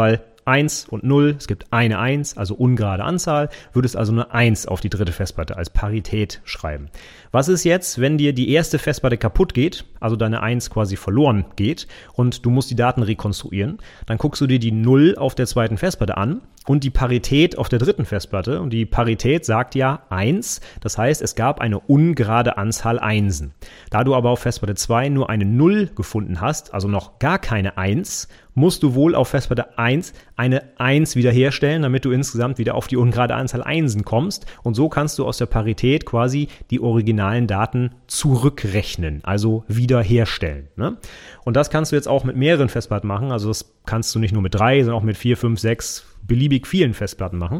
eins und null, es gibt eine eins, also ungerade Anzahl, würdest also eine eins auf die dritte Festplatte als Parität schreiben. Was ist jetzt, wenn dir die erste Festplatte kaputt geht, also deine eins quasi verloren geht und du musst die Daten rekonstruieren? Dann guckst du dir die null auf der zweiten Festplatte an und die Parität auf der dritten Festplatte, und die Parität sagt ja eins, das heißt, es gab eine ungerade Anzahl Einsen. Da du aber auf Festplatte zwei nur eine null gefunden hast, also noch gar keine eins, musst du wohl auf Festplatte eins eine eins wiederherstellen, damit du insgesamt wieder auf die ungerade Anzahl Einsen kommst, und so kannst du aus der Parität quasi die originalen Daten zurückrechnen, also wiederherstellen, ne? Und das kannst du jetzt auch mit mehreren Festplatten machen, also das kannst du nicht nur mit drei, sondern auch mit vier, fünf, sechs beliebig vielen Festplatten machen.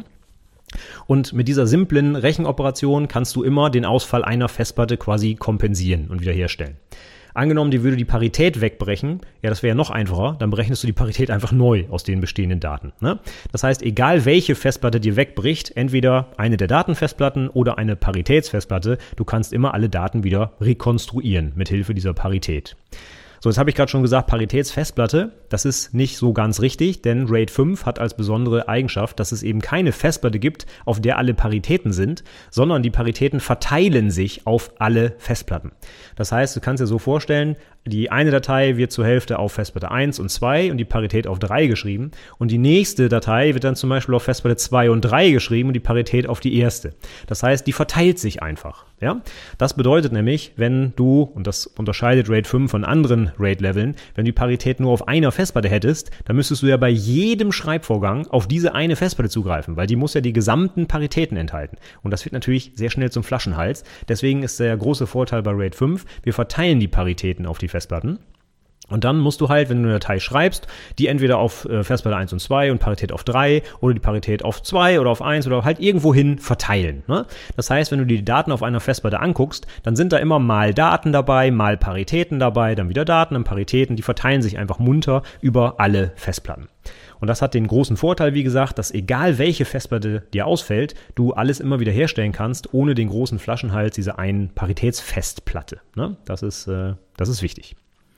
Und mit dieser simplen Rechenoperation kannst du immer den Ausfall einer Festplatte quasi kompensieren und wiederherstellen. Angenommen, die würde die Parität wegbrechen, ja, das wäre ja noch einfacher, dann berechnest du die Parität einfach neu aus den bestehenden Daten, ne? Das heißt, egal welche Festplatte dir wegbricht, entweder eine der Datenfestplatten oder eine Paritätsfestplatte, du kannst immer alle Daten wieder rekonstruieren mit Hilfe dieser Parität. So, jetzt habe ich gerade schon gesagt, Paritätsfestplatte, das ist nicht so ganz richtig, denn RAID fünf hat als besondere Eigenschaft, dass es eben keine Festplatte gibt, auf der alle Paritäten sind, sondern die Paritäten verteilen sich auf alle Festplatten. Das heißt, du kannst dir so vorstellen, die eine Datei wird zur Hälfte auf Festplatte eins und zwei und die Parität auf drei geschrieben, und die nächste Datei wird dann zum Beispiel auf Festplatte zwei und drei geschrieben und die Parität auf die erste. Das heißt, die verteilt sich einfach. Ja? Das bedeutet nämlich, wenn du, und das unterscheidet RAID fünf von anderen RAID-Leveln, wenn du die Parität nur auf einer Festplatte hättest, dann müsstest du ja bei jedem Schreibvorgang auf diese eine Festplatte zugreifen, weil die muss ja die gesamten Paritäten enthalten. Und das wird natürlich sehr schnell zum Flaschenhals. Deswegen ist der große Vorteil bei RAID fünf, wir verteilen die Paritäten auf die Festplatten. Und dann musst du halt, wenn du eine Datei schreibst, die entweder auf äh, Festplatte eins und zwei und Parität auf drei oder die Parität auf zwei oder auf eins oder halt irgendwohin verteilen, ne? Das heißt, wenn du dir die Daten auf einer Festplatte anguckst, dann sind da immer mal Daten dabei, mal Paritäten dabei, dann wieder Daten und Paritäten, die verteilen sich einfach munter über alle Festplatten. Und das hat den großen Vorteil, wie gesagt, dass egal welche Festplatte dir ausfällt, du alles immer wieder herstellen kannst, ohne den großen Flaschenhals dieser einen Paritätsfestplatte, ne? Das ist, äh, das ist wichtig.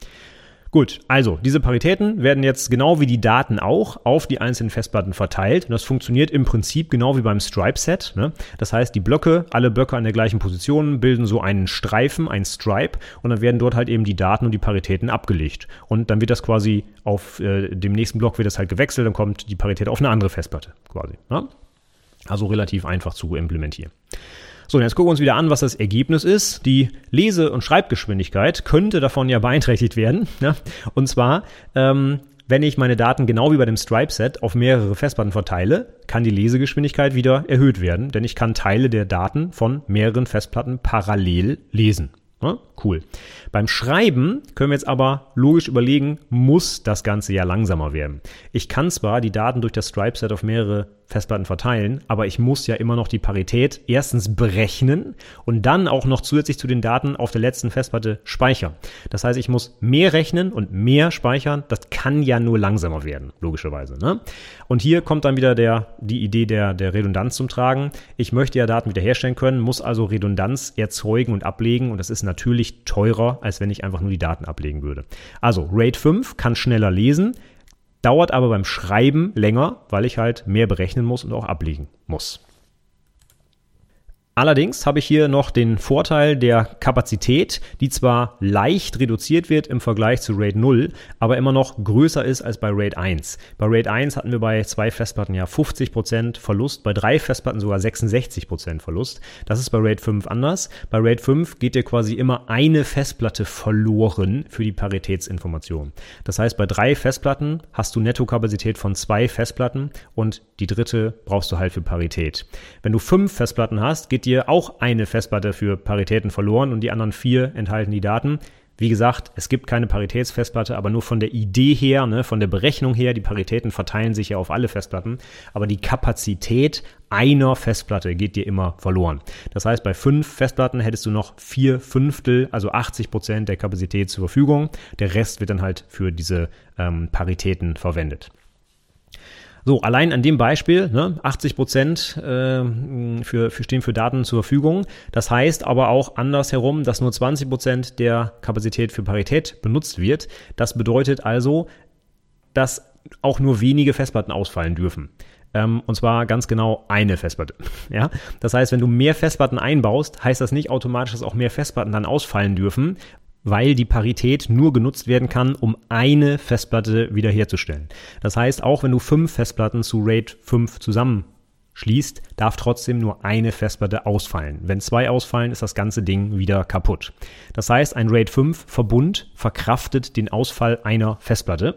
Gut, also diese Paritäten werden jetzt genau wie die Daten auch auf die einzelnen Festplatten verteilt. Und das funktioniert im Prinzip genau wie beim Stripe-Set, ne? Das heißt, die Blöcke, alle Blöcke an der gleichen Position bilden so einen Streifen, ein Stripe, und dann werden dort halt eben die Daten und die Paritäten abgelegt. Und dann wird das quasi auf äh, dem nächsten Block wird das halt gewechselt, dann kommt die Parität auf eine andere Festplatte quasi, ne? Also relativ einfach zu implementieren. So, und jetzt gucken wir uns wieder an, was das Ergebnis ist. Die Lese- und Schreibgeschwindigkeit könnte davon ja beeinträchtigt werden, ne? Und zwar, ähm, wenn ich meine Daten genau wie bei dem Stripe-Set auf mehrere Festplatten verteile, kann die Lesegeschwindigkeit wieder erhöht werden, denn ich kann Teile der Daten von mehreren Festplatten parallel lesen. Ja, cool. Beim Schreiben können wir jetzt aber logisch überlegen, muss das Ganze ja langsamer werden. Ich kann zwar die Daten durch das Stripe-Set auf mehrere Festplatten verteilen, aber ich muss ja immer noch die Parität erstens berechnen und dann auch noch zusätzlich zu den Daten auf der letzten Festplatte speichern. Das heißt, ich muss mehr rechnen und mehr speichern. Das kann ja nur langsamer werden, logischerweise, ne? Und hier kommt dann wieder der, die Idee der, der Redundanz zum Tragen. Ich möchte ja Daten wiederherstellen können, muss also Redundanz erzeugen und ablegen, und das ist natürlich teurer, als wenn ich einfach nur die Daten ablegen würde. Also RAID fünf kann schneller lesen, dauert aber beim Schreiben länger, weil ich halt mehr berechnen muss und auch ablegen muss. Allerdings habe ich hier noch den Vorteil der Kapazität, die zwar leicht reduziert wird im Vergleich zu RAID null, aber immer noch größer ist als bei RAID eins. Bei RAID eins hatten wir bei zwei Festplatten ja fünfzig Prozent Verlust, bei drei Festplatten sogar sechsundsechzig Prozent Verlust. Das ist bei RAID fünf anders. Bei RAID fünf geht dir quasi immer eine Festplatte verloren für die Paritätsinformation. Das heißt, bei drei Festplatten hast du Nettokapazität von zwei Festplatten und die dritte brauchst du halt für Parität. Wenn du fünf Festplatten hast, geht dir auch eine Festplatte für Paritäten verloren und die anderen vier enthalten die Daten. Wie gesagt, es gibt keine Paritätsfestplatte, aber nur von der Idee her, ne, von der Berechnung her, die Paritäten verteilen sich ja auf alle Festplatten, aber die Kapazität einer Festplatte geht dir immer verloren. Das heißt, bei fünf Festplatten hättest du noch vier Fünftel, also achtzig Prozent der Kapazität zur Verfügung. Der Rest wird dann halt für diese ähm, Paritäten verwendet. So, allein an dem Beispiel, ne, achtzig Prozent äh, für, für stehen für Daten zur Verfügung. Das heißt aber auch andersherum, dass nur zwanzig Prozent der Kapazität für Parität benutzt wird. Das bedeutet also, dass auch nur wenige Festplatten ausfallen dürfen. Ähm, und zwar ganz genau eine Festplatte. Ja? Das heißt, wenn du mehr Festplatten einbaust, heißt das nicht automatisch, dass auch mehr Festplatten dann ausfallen dürfen, weil die Parität nur genutzt werden kann, um eine Festplatte wiederherzustellen. Das heißt, auch wenn du fünf Festplatten zu RAID fünf zusammenschließt, darf trotzdem nur eine Festplatte ausfallen. Wenn zwei ausfallen, ist das ganze Ding wieder kaputt. Das heißt, ein RAID fünf Verbund verkraftet den Ausfall einer Festplatte.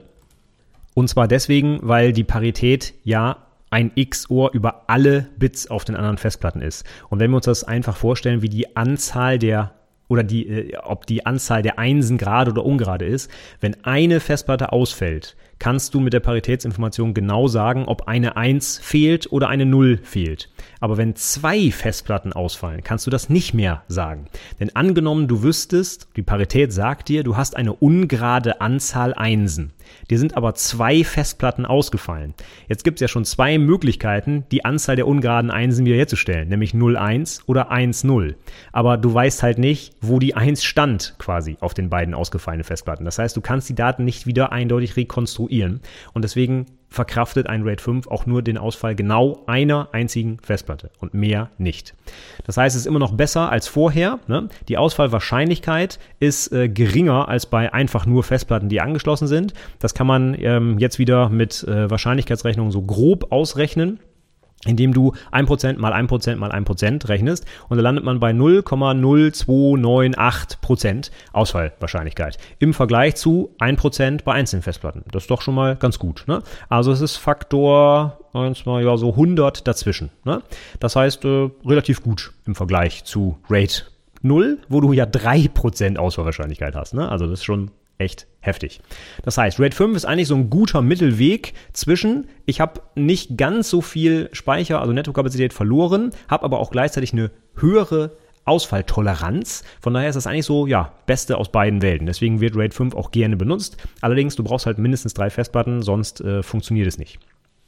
Und zwar deswegen, weil die Parität ja ein X O R über alle Bits auf den anderen Festplatten ist. Und wenn wir uns das einfach vorstellen, wie die Anzahl der oder die, äh, ob die Anzahl der Einsen gerade oder ungerade ist, wenn eine Festplatte ausfällt, kannst du mit der Paritätsinformation genau sagen, ob eine eins fehlt oder eine null fehlt. Aber wenn zwei Festplatten ausfallen, kannst du das nicht mehr sagen. Denn angenommen, du wüsstest, die Parität sagt dir, du hast eine ungerade Anzahl Einsen. Dir sind aber zwei Festplatten ausgefallen. Jetzt gibt es ja schon zwei Möglichkeiten, die Anzahl der ungeraden Einsen wiederherzustellen, nämlich null eins oder eins null. Aber du weißt halt nicht, wo die eins stand quasi auf den beiden ausgefallenen Festplatten. Das heißt, du kannst die Daten nicht wieder eindeutig rekonstruieren. Und deswegen verkraftet ein RAID fünf auch nur den Ausfall genau einer einzigen Festplatte und mehr nicht. Das heißt, es ist immer noch besser als vorher. Ne? Die Ausfallwahrscheinlichkeit ist äh, geringer als bei einfach nur Festplatten, die angeschlossen sind. Das kann man ähm, jetzt wieder mit äh, Wahrscheinlichkeitsrechnungen so grob ausrechnen, indem du ein Prozent mal ein Prozent mal ein Prozent rechnest, und da landet man bei null Komma null zwei neun acht Prozent Ausfallwahrscheinlichkeit im Vergleich zu ein Prozent bei einzelnen Festplatten. Das ist doch schon mal ganz gut. Ne? Also es ist Faktor ja, so hundert dazwischen. Ne? Das heißt, äh, relativ gut im Vergleich zu RAID null, wo du ja drei Prozent Ausfallwahrscheinlichkeit hast. Ne? Also das ist schon echt heftig. Das heißt, RAID fünf ist eigentlich so ein guter Mittelweg zwischen, ich habe nicht ganz so viel Speicher, also Nettokapazität verloren, habe aber auch gleichzeitig eine höhere Ausfalltoleranz. Von daher ist das eigentlich so, ja, Beste aus beiden Welten. Deswegen wird RAID fünf auch gerne benutzt. Allerdings, du brauchst halt mindestens drei Festplatten, sonst äh, funktioniert es nicht.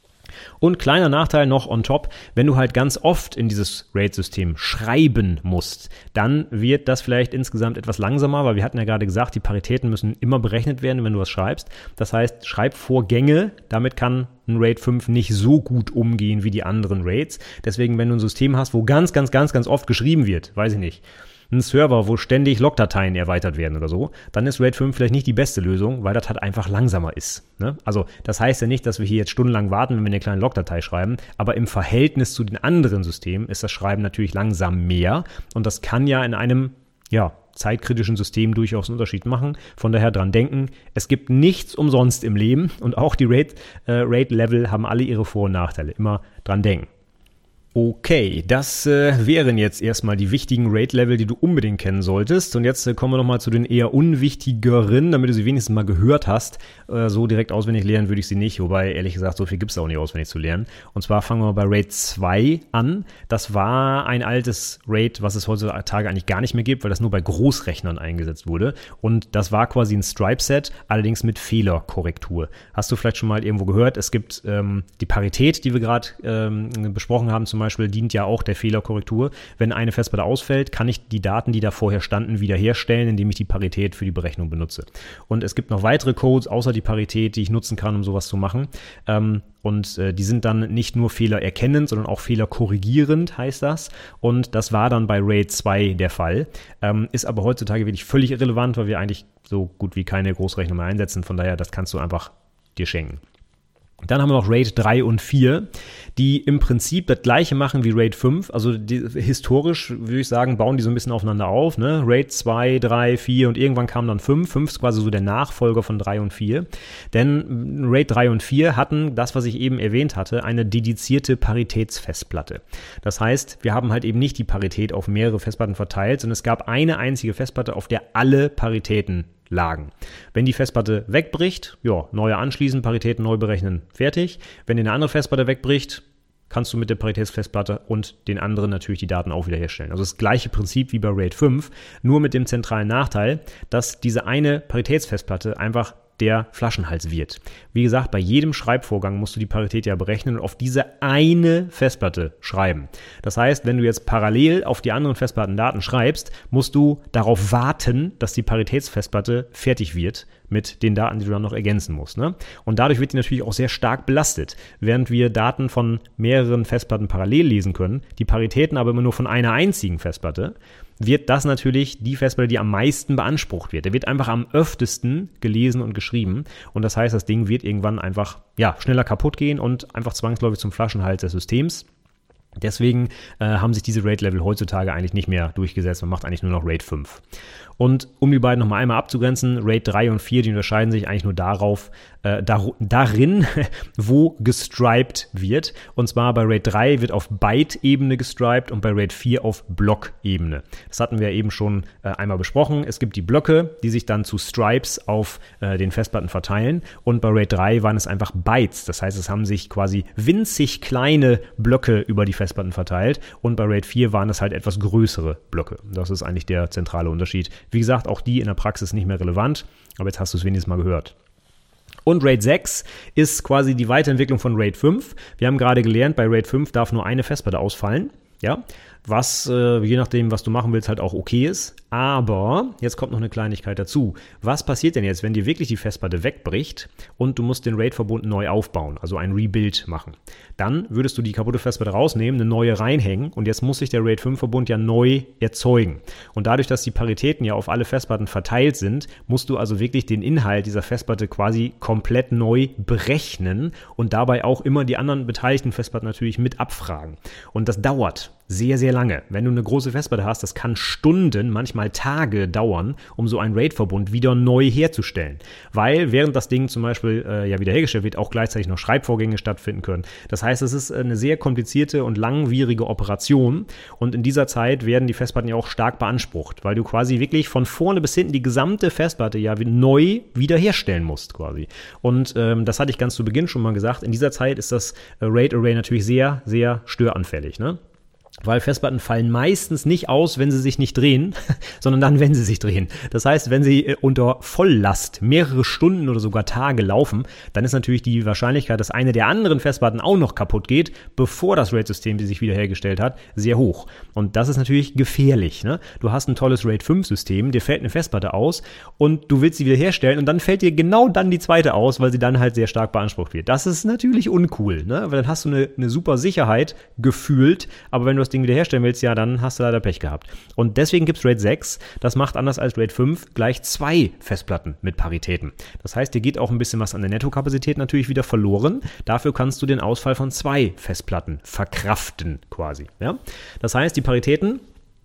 Und kleiner Nachteil noch on top, wenn du halt ganz oft in dieses RAID-System schreiben musst, dann wird das vielleicht insgesamt etwas langsamer, weil wir hatten ja gerade gesagt, die Paritäten müssen immer berechnet werden, wenn du was schreibst. Das heißt, Schreibvorgänge, damit kann ein RAID fünf nicht so gut umgehen wie die anderen RAIDs. Deswegen, wenn du ein System hast, wo ganz, ganz, ganz, ganz oft geschrieben wird, weiß ich nicht, ein Server, wo ständig Logdateien erweitert werden oder so, dann ist RAID fünf vielleicht nicht die beste Lösung, weil das halt einfach langsamer ist. Ne? Also das heißt ja nicht, dass wir hier jetzt stundenlang warten, wenn wir eine kleine Logdatei schreiben, aber im Verhältnis zu den anderen Systemen ist das Schreiben natürlich langsam mehr, und das kann ja in einem, ja, zeitkritischen System durchaus einen Unterschied machen. Von daher dran denken, es gibt nichts umsonst im Leben, und auch die RAID, äh, RAID-Level haben alle ihre Vor- und Nachteile. Immer dran denken. Okay, das äh, wären jetzt erstmal die wichtigen RAID-Level, die du unbedingt kennen solltest. Und jetzt äh, kommen wir nochmal zu den eher unwichtigeren, damit du sie wenigstens mal gehört hast. Äh, so direkt auswendig lernen würde ich sie nicht, wobei ehrlich gesagt, so viel gibt es auch nicht auswendig zu lernen. Und zwar fangen wir bei RAID zwei an. Das war ein altes RAID, was es heutzutage eigentlich gar nicht mehr gibt, weil das nur bei Großrechnern eingesetzt wurde. Und das war quasi ein Stripe-Set, allerdings mit Fehlerkorrektur. Hast du vielleicht schon mal irgendwo gehört? Es gibt ähm, die Parität, die wir gerade ähm, besprochen haben, zum Beispiel. Beispiel dient ja auch der Fehlerkorrektur. Wenn eine Festplatte ausfällt, kann ich die Daten, die da vorher standen, wiederherstellen, indem ich die Parität für die Berechnung benutze. Und es gibt noch weitere Codes außer die Parität, die ich nutzen kann, um sowas zu machen. Ähm, und äh, die sind dann nicht nur fehlererkennend, sondern auch fehlerkorrigierend, heißt das. Und das war dann bei RAID zwei der Fall. Ähm, ist aber heutzutage wirklich völlig irrelevant, weil wir eigentlich so gut wie keine Großrechnung mehr einsetzen. Von daher, das kannst du einfach dir schenken. Dann haben wir noch RAID drei und vier, die im Prinzip das gleiche machen wie RAID fünf. Also die, historisch würde ich sagen, bauen die so ein bisschen aufeinander auf. Ne? RAID zwei, drei, vier und irgendwann kam dann fünf. fünf ist quasi so der Nachfolger von drei und vier. Denn RAID drei und vier hatten, das was ich eben erwähnt hatte, eine dedizierte Paritätsfestplatte. Das heißt, wir haben halt eben nicht die Parität auf mehrere Festplatten verteilt, sondern es gab eine einzige Festplatte, auf der alle Paritäten lagen. Wenn die Festplatte wegbricht, ja, neue anschließen, Paritäten neu berechnen, fertig. Wenn eine andere Festplatte wegbricht, kannst du mit der Paritätsfestplatte und den anderen natürlich die Daten auch wiederherstellen. Also das gleiche Prinzip wie bei RAID fünf, nur mit dem zentralen Nachteil, dass diese eine Paritätsfestplatte einfach der Flaschenhals wird. Wie gesagt, bei jedem Schreibvorgang musst du die Parität ja berechnen und auf diese eine Festplatte schreiben. Das heißt, wenn du jetzt parallel auf die anderen Festplatten Daten schreibst, musst du darauf warten, dass die Paritätsfestplatte fertig wird mit den Daten, die du dann noch ergänzen musst. Ne? Und dadurch wird die natürlich auch sehr stark belastet. Während wir Daten von mehreren Festplatten parallel lesen können, die Paritäten aber immer nur von einer einzigen Festplatte, wird das natürlich die Festplatte, die am meisten beansprucht wird. Der wird einfach am öftesten gelesen und geschrieben und das heißt, das Ding wird irgendwann einfach ja, schneller kaputt gehen und einfach zwangsläufig zum Flaschenhals des Systems. Deswegen äh, haben sich diese RAID-Level heutzutage eigentlich nicht mehr durchgesetzt. Man macht eigentlich nur noch RAID fünf. Und um die beiden nochmal einmal abzugrenzen, RAID drei und vier, die unterscheiden sich eigentlich nur darauf, äh, dar- darin, wo gestriped wird. Und zwar bei RAID drei wird auf Byte-Ebene gestriped und bei RAID vier auf Block-Ebene. Das hatten wir eben schon äh, einmal besprochen. Es gibt die Blöcke, die sich dann zu Stripes auf äh, den Festplatten verteilen. Und bei RAID drei waren es einfach Bytes. Das heißt, es haben sich quasi winzig kleine Blöcke über die Festplatten verteilt. Und bei RAID vier waren es halt etwas größere Blöcke. Das ist eigentlich der zentrale Unterschied. Wie gesagt, auch die in der Praxis nicht mehr relevant, aber jetzt hast du es wenigstens mal gehört. Und RAID sechs ist quasi die Weiterentwicklung von RAID fünf. Wir haben gerade gelernt, bei RAID fünf darf nur eine Festplatte ausfallen, ja, was äh, je nachdem, was du machen willst, halt auch okay ist. Aber jetzt kommt noch eine Kleinigkeit dazu. Was passiert denn jetzt, wenn dir wirklich die Festplatte wegbricht und du musst den RAID-Verbund neu aufbauen, also ein Rebuild machen? Dann würdest du die kaputte Festplatte rausnehmen, eine neue reinhängen und jetzt muss sich der RAID fünf Verbund ja neu erzeugen. Und dadurch, dass die Paritäten ja auf alle Festplatten verteilt sind, musst du also wirklich den Inhalt dieser Festplatte quasi komplett neu berechnen und dabei auch immer die anderen beteiligten Festplatten natürlich mit abfragen. Und das dauert sehr, sehr lange. Wenn du eine große Festplatte hast, das kann Stunden, manchmal Tage dauern, um so einen RAID-Verbund wieder neu herzustellen. Weil während das Ding zum Beispiel äh, ja wiederhergestellt wird, auch gleichzeitig noch Schreibvorgänge stattfinden können. Das heißt, es ist eine sehr komplizierte und langwierige Operation und in dieser Zeit werden die Festplatten ja auch stark beansprucht, weil du quasi wirklich von vorne bis hinten die gesamte Festplatte ja neu wiederherstellen musst quasi. Und ähm, das hatte ich ganz zu Beginn schon mal gesagt, in dieser Zeit ist das äh, RAID-Array natürlich sehr, sehr störanfällig, ne? Weil Festplatten fallen meistens nicht aus, wenn sie sich nicht drehen, sondern dann, wenn sie sich drehen. Das heißt, wenn sie unter Volllast mehrere Stunden oder sogar Tage laufen, dann ist natürlich die Wahrscheinlichkeit, dass eine der anderen Festplatten auch noch kaputt geht, bevor das RAID-System sich wiederhergestellt hat, sehr hoch. Und das ist natürlich gefährlich, ne? Du hast ein tolles RAID fünf System, dir fällt eine Festplatte aus und du willst sie wiederherstellen und dann fällt dir genau dann die zweite aus, weil sie dann halt sehr stark beansprucht wird. Das ist natürlich uncool, ne? Weil dann hast du eine, eine super Sicherheit gefühlt, aber wenn du das Ding wiederherstellen willst, ja, dann hast du leider Pech gehabt. Und deswegen gibt es RAID sechs, das macht anders als RAID fünf gleich zwei Festplatten mit Paritäten. Das heißt, dir geht auch ein bisschen was an der Nettokapazität natürlich wieder verloren. Dafür kannst du den Ausfall von zwei Festplatten verkraften quasi. Ja? Das heißt, die Paritäten,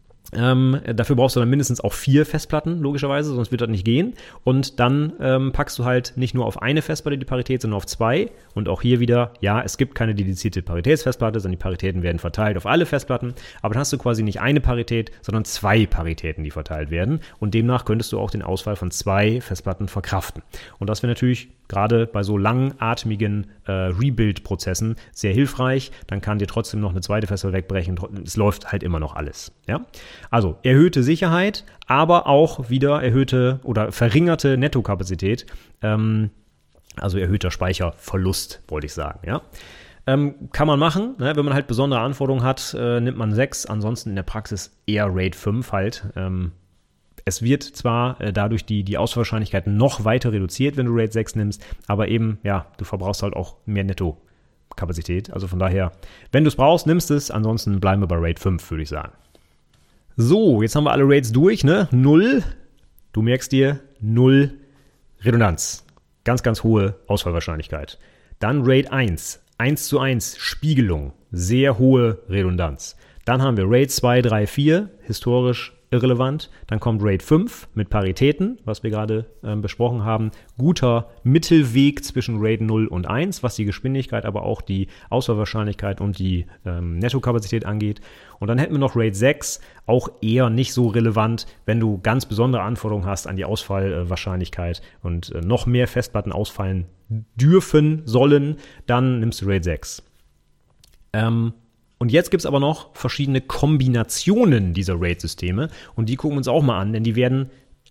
Ähm, dafür brauchst du dann mindestens auch vier Festplatten, logischerweise, sonst wird das nicht gehen. Und dann ähm, packst du halt nicht nur auf eine Festplatte die Parität, sondern auf zwei. Und auch hier wieder, ja, es gibt keine dedizierte Paritätsfestplatte, sondern die Paritäten werden verteilt auf alle Festplatten. Aber dann hast du quasi nicht eine Parität, sondern zwei Paritäten, die verteilt werden. Und demnach könntest du auch den Ausfall von zwei Festplatten verkraften. Und das wäre natürlich gerade bei so langatmigen äh, Rebuild-Prozessen sehr hilfreich. Dann kann dir trotzdem noch eine zweite Festplatte wegbrechen. Es läuft halt immer noch alles. Ja? Also erhöhte Sicherheit, aber auch wieder erhöhte oder verringerte Nettokapazität. Ähm, also erhöhter Speicherverlust, wollte ich sagen. Ja? Ähm, kann man machen. Ne? Wenn man halt besondere Anforderungen hat, äh, nimmt man sechs. Ansonsten in der Praxis eher RAID fünf halt. Ähm, Es wird zwar äh, dadurch die, die Ausfallwahrscheinlichkeit noch weiter reduziert, wenn du RAID sechs nimmst, aber eben, ja, du verbrauchst halt auch mehr Nettokapazität. Also von daher, wenn du es brauchst, nimmst es. Ansonsten bleiben wir bei RAID fünf, würde ich sagen. So, jetzt haben wir alle RAIDs durch, ne? Null, du merkst dir, null Redundanz. Ganz, ganz hohe Ausfallwahrscheinlichkeit. Dann RAID eins, eins zu eins Spiegelung, sehr hohe Redundanz. Dann haben wir RAID zwei, drei, vier, historisch irrelevant. Dann kommt RAID fünf mit Paritäten, was wir gerade ähm, besprochen haben. Guter Mittelweg zwischen RAID null und eins, was die Geschwindigkeit, aber auch die Auswahlwahrscheinlichkeit und die ähm, Nettokapazität angeht. Und dann hätten wir noch RAID sechs, auch eher nicht so relevant, wenn du ganz besondere Anforderungen hast an die Ausfallwahrscheinlichkeit und äh, noch mehr Festplatten ausfallen dürfen, sollen, dann nimmst du RAID sechs. Ähm, Und jetzt gibt es aber noch verschiedene Kombinationen dieser RAID-Systeme und die gucken wir uns auch mal an, denn die werden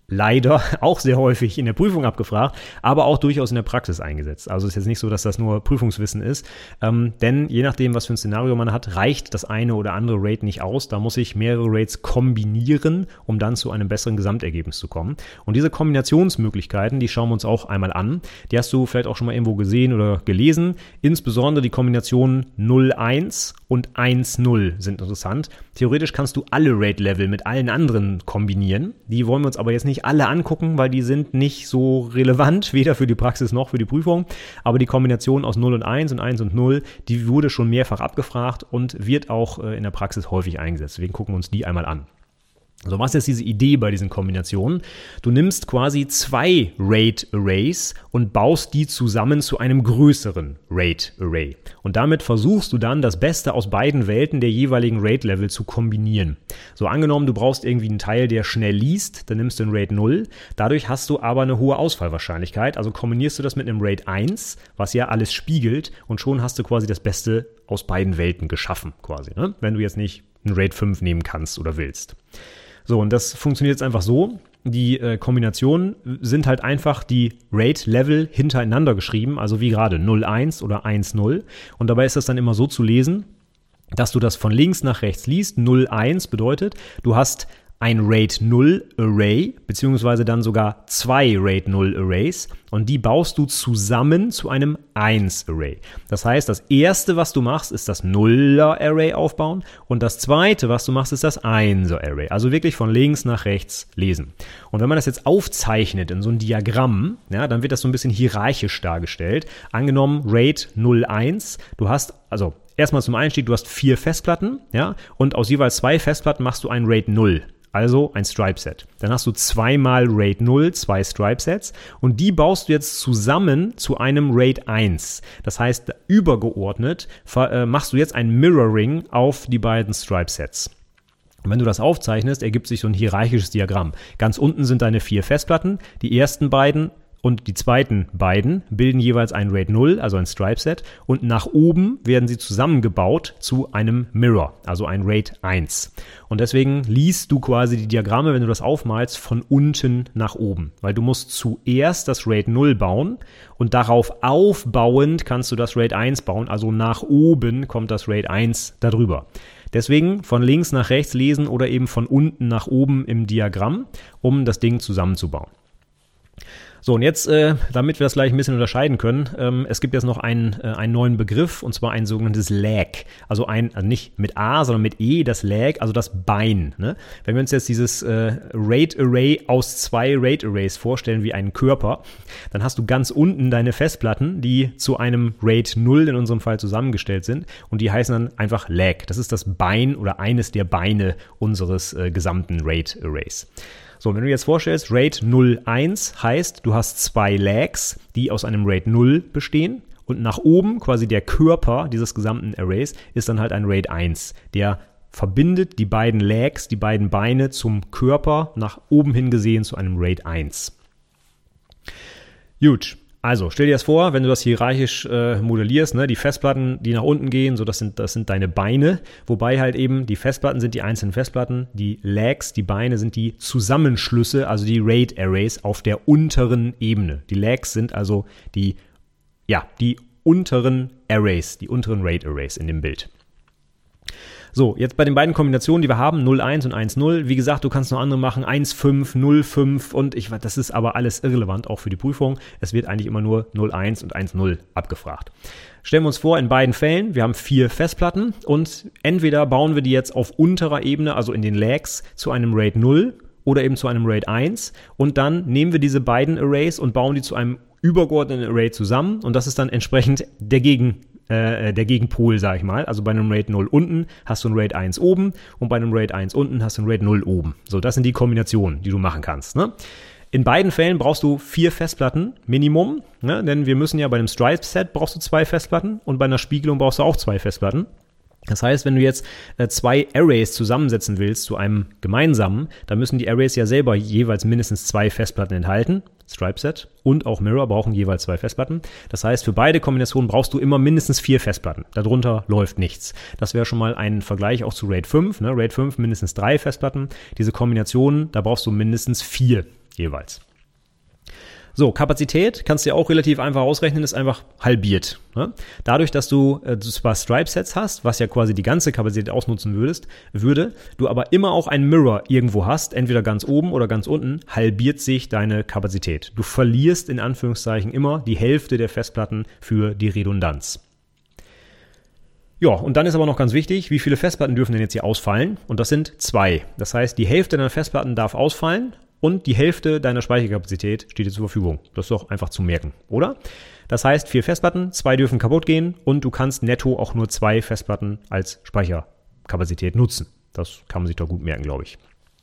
leider auch sehr häufig in der Prüfung abgefragt, aber auch durchaus in der Praxis eingesetzt. Also es ist jetzt nicht so, dass das nur Prüfungswissen ist, ähm, denn je nachdem, was für ein Szenario man hat, reicht das eine oder andere Rate nicht aus. Da muss ich mehrere Rates kombinieren, um dann zu einem besseren Gesamtergebnis zu kommen. Und diese Kombinationsmöglichkeiten, die schauen wir uns auch einmal an. Die hast du vielleicht auch schon mal irgendwo gesehen oder gelesen. Insbesondere die Kombinationen null eins und eins null sind interessant. Theoretisch kannst du alle Rate-Level mit allen anderen kombinieren. Die wollen wir uns aber jetzt nicht alle angucken, weil die sind nicht so relevant, weder für die Praxis noch für die Prüfung. Aber die Kombination aus null und eins und eins und null, die wurde schon mehrfach abgefragt und wird auch in der Praxis häufig eingesetzt. Deswegen gucken wir uns die einmal an. So, was ist jetzt diese Idee bei diesen Kombinationen? Du nimmst quasi zwei Rate Arrays und baust die zusammen zu einem größeren Rate Array. Und damit versuchst du dann, das Beste aus beiden Welten der jeweiligen Rate Level zu kombinieren. So, angenommen, du brauchst irgendwie einen Teil, der schnell liest, dann nimmst du den Rate null. Dadurch hast du aber eine hohe Ausfallwahrscheinlichkeit. Also kombinierst du das mit einem Rate eins, was ja alles spiegelt, und schon hast du quasi das Beste aus beiden Welten geschaffen, quasi, ne? Wenn du jetzt nicht einen Rate fünf nehmen kannst oder willst. So, und das funktioniert jetzt einfach so. Die äh, Kombinationen sind halt einfach die Rate-Level hintereinander geschrieben, also wie gerade null eins oder eins null. Und dabei ist das dann immer so zu lesen, dass du das von links nach rechts liest. null eins bedeutet, du hast ein Rate null Array, beziehungsweise dann sogar zwei Rate null Arrays, und die baust du zusammen zu einem eins Array. Das heißt, das erste, was du machst, ist das Nuller Array aufbauen, und das zweite, was du machst, ist das Einser Array. Also wirklich von links nach rechts lesen. Und wenn man das jetzt aufzeichnet in so ein Diagramm, ja, dann wird das so ein bisschen hierarchisch dargestellt. Angenommen, Rate null eins, du hast, also erstmal zum Einstieg, du hast vier Festplatten, ja, und aus jeweils zwei Festplatten machst du ein Rate null. Also ein Stripe-Set. Dann hast du zweimal Rate null, zwei Stripe-Sets, und die baust du jetzt zusammen zu einem Rate eins. Das heißt, übergeordnet äh, machst du jetzt ein Mirroring auf die beiden Stripe-Sets. Und wenn du das aufzeichnest, ergibt sich so ein hierarchisches Diagramm. Ganz unten sind deine vier Festplatten, die ersten beiden und die zweiten beiden bilden jeweils ein Rate null, also ein Stripe-Set, und nach oben werden sie zusammengebaut zu einem Mirror, also ein Rate eins. Und deswegen liest du quasi die Diagramme, wenn du das aufmalst, von unten nach oben, weil du musst zuerst das Rate null bauen und darauf aufbauend kannst du das Rate eins bauen, also nach oben kommt das Rate eins darüber. Deswegen von links nach rechts lesen oder eben von unten nach oben im Diagramm, um das Ding zusammenzubauen. So, und jetzt, äh, damit wir das gleich ein bisschen unterscheiden können, ähm, es gibt jetzt noch einen, äh, einen neuen Begriff, und zwar ein sogenanntes Lag. Also ein, also nicht mit A, sondern mit E, das Lag, also das Bein. Ne? Wenn wir uns jetzt dieses äh, Rate Array aus zwei Rate Arrays vorstellen wie einen Körper, dann hast du ganz unten deine Festplatten, die zu einem Rate null in unserem Fall zusammengestellt sind, und die heißen dann einfach Lag. Das ist das Bein oder eines der Beine unseres äh, gesamten Rate Arrays. So, wenn du dir jetzt vorstellst, Rate null eins heißt, du hast zwei Lags, die aus einem Rate null bestehen, und nach oben, quasi der Körper dieses gesamten Arrays, ist dann halt ein Rate eins. Der verbindet die beiden Lags, die beiden Beine zum Körper, nach oben hin gesehen zu einem Rate eins. Gut. Also, stell dir das vor, wenn du das hierarchisch äh, modellierst, ne, die Festplatten, die nach unten gehen, so das sind, das sind deine Beine, wobei halt eben die Festplatten sind die einzelnen Festplatten, die Lags, die Beine sind die Zusammenschlüsse, also die Rate Arrays auf der unteren Ebene. Die Lags sind also die, ja, die unteren Arrays, die unteren Rate Arrays in dem Bild. So, jetzt bei den beiden Kombinationen, die wir haben, null eins und eins null. Wie gesagt, du kannst noch andere machen, eins fünf, null fünf, und ich das ist aber alles irrelevant, auch für die Prüfung. Es wird eigentlich immer nur null eins und eins null abgefragt. Stellen wir uns vor, in beiden Fällen, wir haben vier Festplatten, und entweder bauen wir die jetzt auf unterer Ebene, also in den Lags, zu einem Rate null oder eben zu einem Rate eins, und dann nehmen wir diese beiden Arrays und bauen die zu einem übergeordneten Array zusammen, und das ist dann entsprechend der Gegen Äh, der Gegenpol, sag ich mal. Also bei einem Rate null unten hast du ein Rate eins oben, und bei einem Rate eins unten hast du ein Rate null oben. So, das sind die Kombinationen, die du machen kannst, ne? In beiden Fällen brauchst du vier Festplatten Minimum, ne? Denn wir müssen ja bei einem Stripe-Set brauchst du zwei Festplatten, und bei einer Spiegelung brauchst du auch zwei Festplatten. Das heißt, wenn du jetzt äh, zwei Arrays zusammensetzen willst zu einem gemeinsamen, dann müssen die Arrays ja selber jeweils mindestens zwei Festplatten enthalten. Stripe-Set und auch Mirror brauchen jeweils zwei Festplatten. Das heißt, für beide Kombinationen brauchst du immer mindestens vier Festplatten. Darunter läuft nichts. Das wäre schon mal ein Vergleich auch zu Rate fünf. Ne? Rate fünf mindestens drei Festplatten. Diese Kombinationen, da brauchst du mindestens vier. jeweils. So, Kapazität kannst du ja auch relativ einfach ausrechnen, ist einfach halbiert. Ne? Dadurch, dass du äh, zwar Stripe-Sets hast, was ja quasi die ganze Kapazität ausnutzen würdest, würde, du aber immer auch ein Mirror irgendwo hast, entweder ganz oben oder ganz unten, halbiert sich deine Kapazität. Du verlierst in Anführungszeichen immer die Hälfte der Festplatten für die Redundanz. Ja, und dann ist aber noch ganz wichtig, wie viele Festplatten dürfen denn jetzt hier ausfallen? Und das sind zwei. Das heißt, die Hälfte deiner Festplatten darf ausfallen. Und die Hälfte deiner Speicherkapazität steht dir zur Verfügung. Das ist doch einfach zu merken, oder? Das heißt, vier Festplatten, zwei dürfen kaputt gehen und du kannst netto auch nur zwei Festplatten als Speicherkapazität nutzen. Das kann man sich doch gut merken, glaube ich.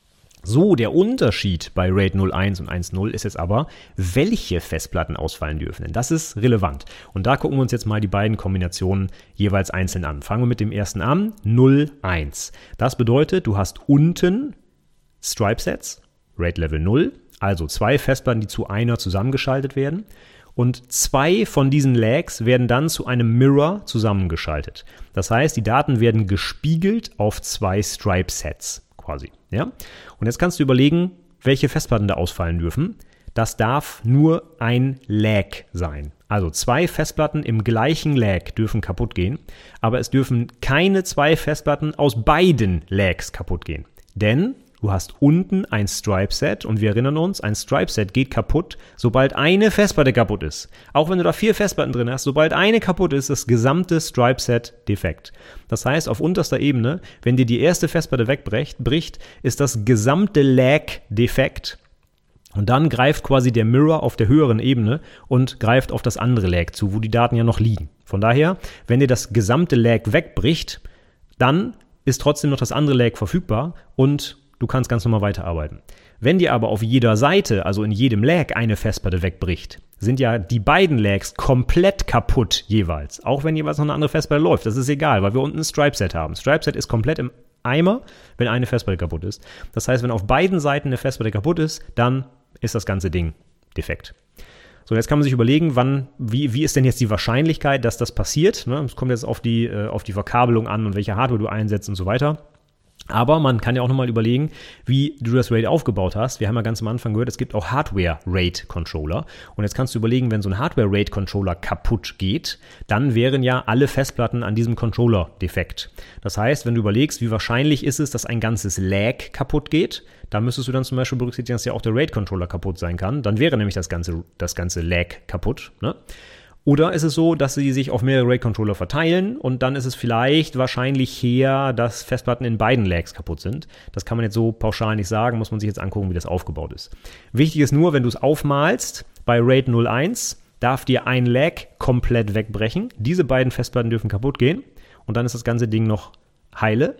So, der Unterschied bei RAID null Punkt eins und eins Punkt null ist jetzt aber, welche Festplatten ausfallen dürfen. Denn das ist relevant. Und da gucken wir uns jetzt mal die beiden Kombinationen jeweils einzeln an. Fangen wir mit dem ersten an, null Punkt eins. Das bedeutet, du hast unten Stripe-Sets, RAID Level null, also zwei Festplatten, die zu einer zusammengeschaltet werden. Und zwei von diesen Lags werden dann zu einem Mirror zusammengeschaltet. Das heißt, die Daten werden gespiegelt auf zwei Stripe-Sets quasi. Ja? Und jetzt kannst du überlegen, welche Festplatten da ausfallen dürfen. Das darf nur ein Lag sein. Also zwei Festplatten im gleichen Lag dürfen kaputt gehen, aber es dürfen keine zwei Festplatten aus beiden Lags kaputt gehen. Denn du hast unten ein Stripe-Set und wir erinnern uns, ein Stripe-Set geht kaputt, sobald eine Festplatte kaputt ist. Auch wenn du da vier Festplatten drin hast, sobald eine kaputt ist, ist das gesamte Stripe-Set defekt. Das heißt, auf unterster Ebene, wenn dir die erste Festplatte wegbricht, bricht, ist das gesamte Lag defekt. Und dann greift quasi der Mirror auf der höheren Ebene und greift auf das andere Lag zu, wo die Daten ja noch liegen. Von daher, wenn dir das gesamte Lag wegbricht, dann ist trotzdem noch das andere Lag verfügbar und du kannst ganz normal weiterarbeiten. Wenn dir aber auf jeder Seite, also in jedem Lag, eine Festplatte wegbricht, sind ja die beiden Lags komplett kaputt jeweils. Auch wenn jeweils noch eine andere Festplatte läuft. Das ist egal, weil wir unten ein Stripe-Set haben. Stripe-Set ist komplett im Eimer, wenn eine Festplatte kaputt ist. Das heißt, wenn auf beiden Seiten eine Festplatte kaputt ist, dann ist das ganze Ding defekt. So, jetzt kann man sich überlegen, wann, wie, wie ist denn jetzt die Wahrscheinlichkeit, dass das passiert? Ne? Es kommt jetzt auf die, äh, auf die Verkabelung an und welche Hardware du einsetzt und so weiter. Aber man kann ja auch nochmal überlegen, wie du das RAID aufgebaut hast. Wir haben ja ganz am Anfang gehört, es gibt auch Hardware-RAID-Controller. Und jetzt kannst du überlegen, wenn so ein Hardware-RAID-Controller kaputt geht, dann wären ja alle Festplatten an diesem Controller defekt. Das heißt, wenn du überlegst, wie wahrscheinlich ist es, dass ein ganzes Lag kaputt geht, da müsstest du dann zum Beispiel berücksichtigen, dass ja auch der RAID-Controller kaputt sein kann. Dann wäre nämlich das ganze, das ganze Lag kaputt, ne? Oder ist es so, dass sie sich auf mehrere RAID-Controller verteilen und dann ist es vielleicht wahrscheinlich her, dass Festplatten in beiden Lags kaputt sind. Das kann man jetzt so pauschal nicht sagen, muss man sich jetzt angucken, wie das aufgebaut ist. Wichtig ist nur, wenn du es aufmalst, bei RAID null Punkt eins darf dir ein Lag komplett wegbrechen. Diese beiden Festplatten dürfen kaputt gehen und dann ist das ganze Ding noch heile.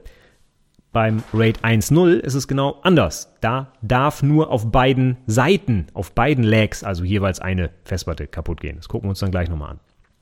Beim RAID eins Punkt null ist es genau anders. Da darf nur auf beiden Seiten, auf beiden Lags, also jeweils eine Festplatte kaputt gehen. Das gucken wir uns dann gleich nochmal an.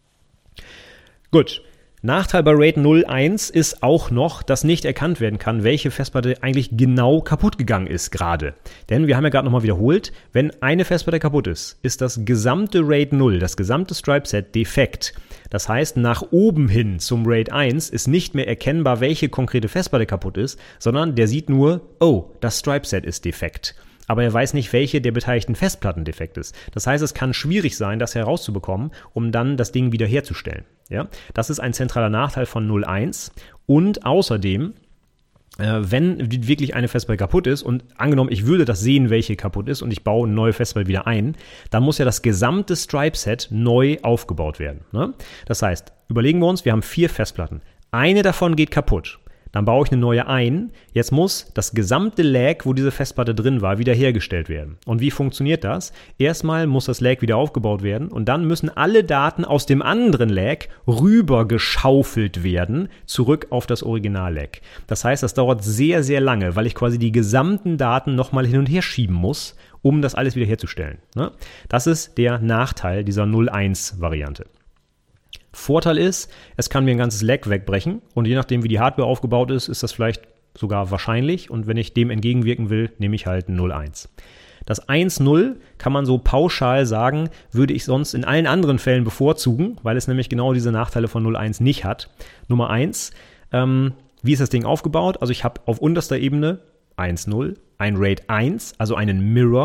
Gut. Nachteil bei RAID null Punkt eins ist auch noch, dass nicht erkannt werden kann, welche Festplatte eigentlich genau kaputt gegangen ist gerade. Denn wir haben ja gerade nochmal wiederholt, wenn eine Festplatte kaputt ist, ist das gesamte RAID null, das gesamte Stripe-Set defekt. Das heißt, nach oben hin zum RAID eins ist nicht mehr erkennbar, welche konkrete Festplatte kaputt ist, sondern der sieht nur, oh, das Stripe-Set ist defekt. Aber er weiß nicht, welche der beteiligten Festplatten defekt ist. Das heißt, es kann schwierig sein, das herauszubekommen, um dann das Ding wiederherzustellen. Ja? Das ist ein zentraler Nachteil von null Punkt eins. Und außerdem, äh, wenn wirklich eine Festplatte kaputt ist und angenommen, ich würde das sehen, welche kaputt ist und ich baue eine neue Festplatte wieder ein, dann muss ja das gesamte Stripe-Set neu aufgebaut werden. Ne? Das heißt, überlegen wir uns, wir haben vier Festplatten. Eine davon geht kaputt. Dann baue ich eine neue ein. Jetzt muss das gesamte Lag, wo diese Festplatte drin war, wiederhergestellt werden. Und wie funktioniert das? Erstmal muss das Lag wieder aufgebaut werden und dann müssen alle Daten aus dem anderen Lag rübergeschaufelt werden, zurück auf das Original-Lag. Das heißt, das dauert sehr, sehr lange, weil ich quasi die gesamten Daten nochmal hin und her schieben muss, um das alles wiederherzustellen. Das ist der Nachteil dieser null Punkt eins-Variante. Vorteil ist, es kann mir ein ganzes Lag wegbrechen und je nachdem, wie die Hardware aufgebaut ist, ist das vielleicht sogar wahrscheinlich und wenn ich dem entgegenwirken will, nehme ich halt ein null Punkt eins. Das eins Punkt null kann man so pauschal sagen, würde ich sonst in allen anderen Fällen bevorzugen, weil es nämlich genau diese Nachteile von null Punkt eins nicht hat. Nummer eins, ähm, wie ist das Ding aufgebaut? Also ich habe auf unterster Ebene eins Punkt null, ein RAID eins, also einen Mirror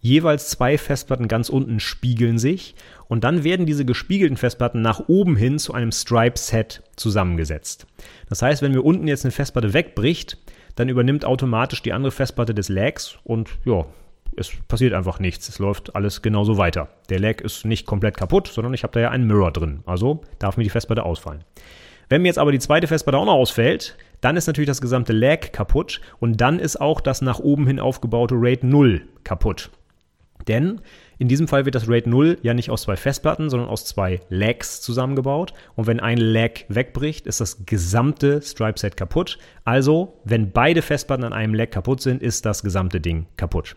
jeweils zwei Festplatten ganz unten spiegeln sich und dann werden diese gespiegelten Festplatten nach oben hin zu einem Stripe-Set zusammengesetzt. Das heißt, wenn mir unten jetzt eine Festplatte wegbricht, dann übernimmt automatisch die andere Festplatte des Lags und ja, es passiert einfach nichts. Es läuft alles genauso weiter. Der Lag ist nicht komplett kaputt, sondern ich habe da ja einen Mirror drin. Also darf mir die Festplatte ausfallen. Wenn mir jetzt aber die zweite Festplatte auch noch ausfällt, dann ist natürlich das gesamte Lag kaputt und dann ist auch das nach oben hin aufgebaute RAID null kaputt. Denn in diesem Fall wird das RAID null ja nicht aus zwei Festplatten, sondern aus zwei Lags zusammengebaut. Und wenn ein Lag wegbricht, ist das gesamte Stripe-Set kaputt. Also, wenn beide Festplatten an einem Lag kaputt sind, ist das gesamte Ding kaputt.